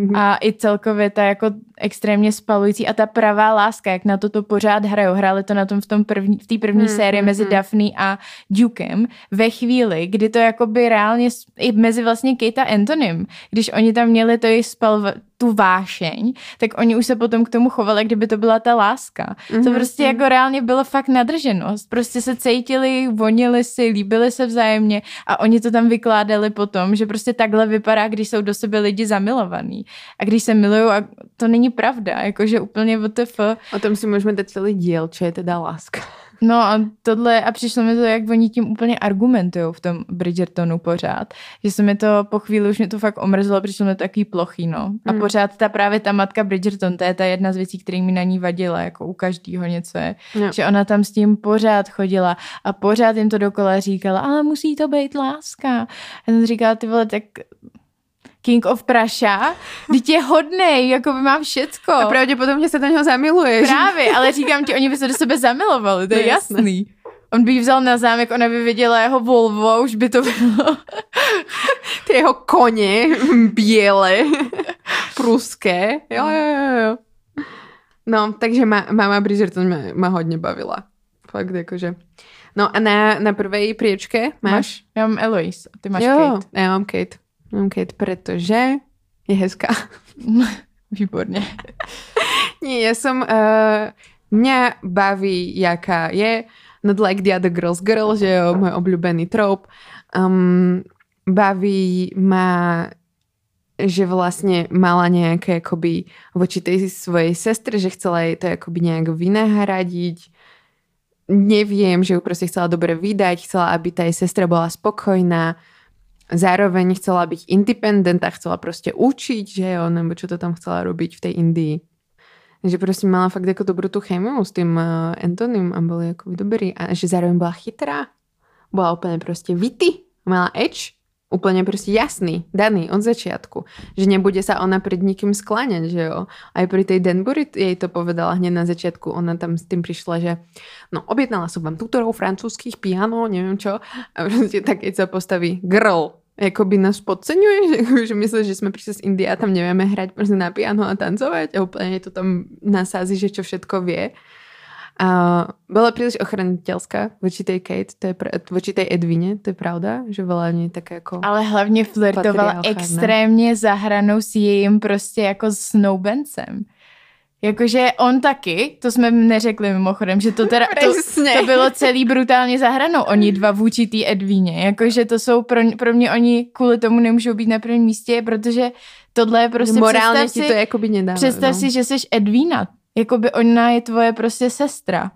A i celkově ta jako extrémně spalující a ta pravá láska, jak na to to pořád hrajou. Hráli to na tom v tom první, v té první hmm, sérii hmm, mezi hmm. Daphne a Dukem ve chvíli, kdy to jakoby reálně i mezi vlastně Kate a Antonym, když oni tam měli to i spal tu vášeň, tak oni už se potom k tomu chovali, kdyby to byla ta láska. Mm-hmm. To prostě jako reálně bylo fakt nadrženost. Prostě se cítili, vonili si, líbili se vzájemně a oni to tam vykládali potom, že prostě takhle vypadá, když jsou do sebe lidi zamilovaní. A když se milujou, a to není pravda, jakože úplně W T F. O tom si můžeme dát celý díl, čo je teda láska. No a tohle, a přišlo mi to, jak oni tím úplně argumentujou v tom Bridgertonu pořád, že se mi to po chvíli už mě to fakt omrzelo, přišlo mi to takový plochý, no. A mm. pořád ta právě ta matka Bridgerton, to je ta jedna z věcí, který mi na ní vadila, jako u každýho něco je, no. Že ona tam s tím pořád chodila a pořád jim to dokola říkala, ale musí to být láska. A jsem říkala, ty vole, tak King of Prussia, teď je hodnej, jako by mám všecko. A pravděpodobně se do něho zamiluješ. Právě, ale říkám ti, oni by se do sebe zamilovali, to je jasný. jasný. On by jí vzal na zámek, ona by viděla jeho Volvo, už by to bylo. Ty jeho koně, běle, pruské. Jo, jo, jo. No, takže má, máma Bridgerton ma, ma hodně bavila. Fakt jakože. No a na, na prvej priečke máš? máš? Já mám Eloise a ty máš jo, Kate. Já mám Kate. Mám Kate, protože je hezká. Výborně. Nie, ja som... Uh, mňa baví, jaká je. Not like the other girl's girl, že jo, môj obľúbený trope. Um, baví ma, že vlastne mala nejaké akoby voči tej svojej sestre, že chcela jej to akoby nejak vynahradiť. Neviem, že ju proste chcela dobre vydať, chcela, aby tá jej sestra bola spokojná. Zároveň chcela byť independent a chcela proste učiť, že jo, nebo čo to tam chcela robiť v tej Indii. Že proste mala fakt ako dobrú tú chémiu s tým uh, Antonym a boli ako dobrý. A že zároveň bola chytrá. Bola úplne proste witty. Mala edge. Úplne proste jasný, daný od začiatku. Že nebude sa ona pred nikým skláňať, že jo. Aj pri tej Danbury jej to povedala hneď na začiatku. Ona tam s tým prišla, že no objednala som vám tutorov francúzskych piano, neviem čo. A proste tak, keď sa postaví girl, jakoby nás podceňuje, že, že myslíš, že sme prišli z Indie a tam nevieme hrať proste na piano a tancovať a úplne to tam nasází, že čo všetko vie. A bola príliš ochraniteľská voči tej Kate, to je pra- voči tej Edwine, to je pravda, že bola nie také jako... Ale hlavně flirtovala extrémně za hranou s jejím prostě jako snoubencem. Jakože on taky, to jsme neřekli mimochodem, že to teda, to, to bylo celý brutálně za hranou, oni dva vůči té Edvíně, jakože to jsou, pro, pro mě oni kvůli tomu nemůžou být na prvním místě, protože tohle je prostě, morálně představ ti si, to jakoby nedává, představ no. si, že jsi Edvína, jakoby ona je tvoje prostě sestra.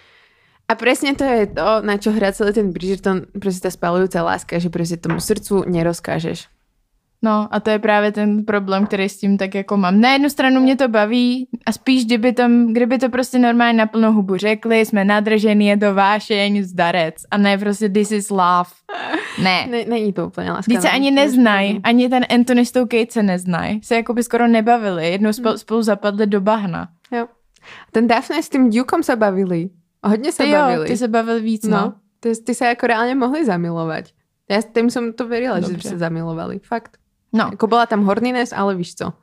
A presne to je to, na čo hrá celý ten Bridgerton, proste tá spalujúca láska, že proste tomu srdcu nerozkážeš. No a to je právě ten problém, který s tím tak jako mám. Na jednu stranu mě to baví a spíš, kdyby, tam, kdyby to prostě normálně na plnou hubu řekli, jsme nadržení, je to vášeň, zdarec. A ne prostě this is love. Ne. ne není to úplně láska. Vždyť se ani neznají, ani ten Anthony s tou Kate se neznají. Se jako by skoro nebavili, jednou spolu, spolu zapadli do bahna. Jo. Ten Daphne s tím Dukem se bavili. Hodně se ty bavili. Jo, ty se bavili víc, no. no. Ty, ty se jako reálně mohli zamilovat. Já s tím jsem to verila, Dobře. Že by se zamilovali. Fakt. No. Jako bola tam Horniness, ale víš co.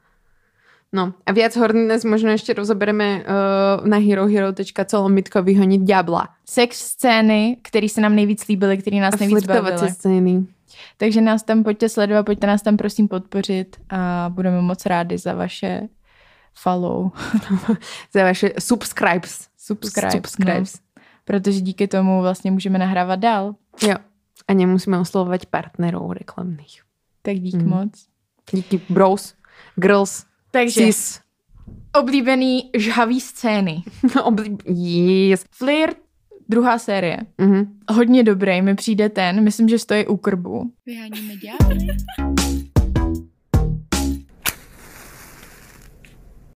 No a viac Horniness možno ešte rozoberieme uh, na hero hero tečka com Mitko vyhoniť ďabla. Sex scény, které se nám nejvíc líbily, které nás a nejvíc bavily. scény. Takže nás tam pojďte sledovat, pojďte nás tam prosím podpořit a budeme moc rádi za vaše follow. Za vaše subscribes. Subscribe. Subscribes. No. Protože díky tomu vlastně můžeme nahrávat dál. Jo. A nemusíme oslovovat partnerů reklamných. Tak dík Mm. moc. Díky bros, girls, Takže cis. oblíbený žhavý scény. Oblíb... Yes. Flirt, druhá série. Mhm. Hodně dobrý, mi přijde ten, myslím, že stojí u krbu. Vyháníme ďábly.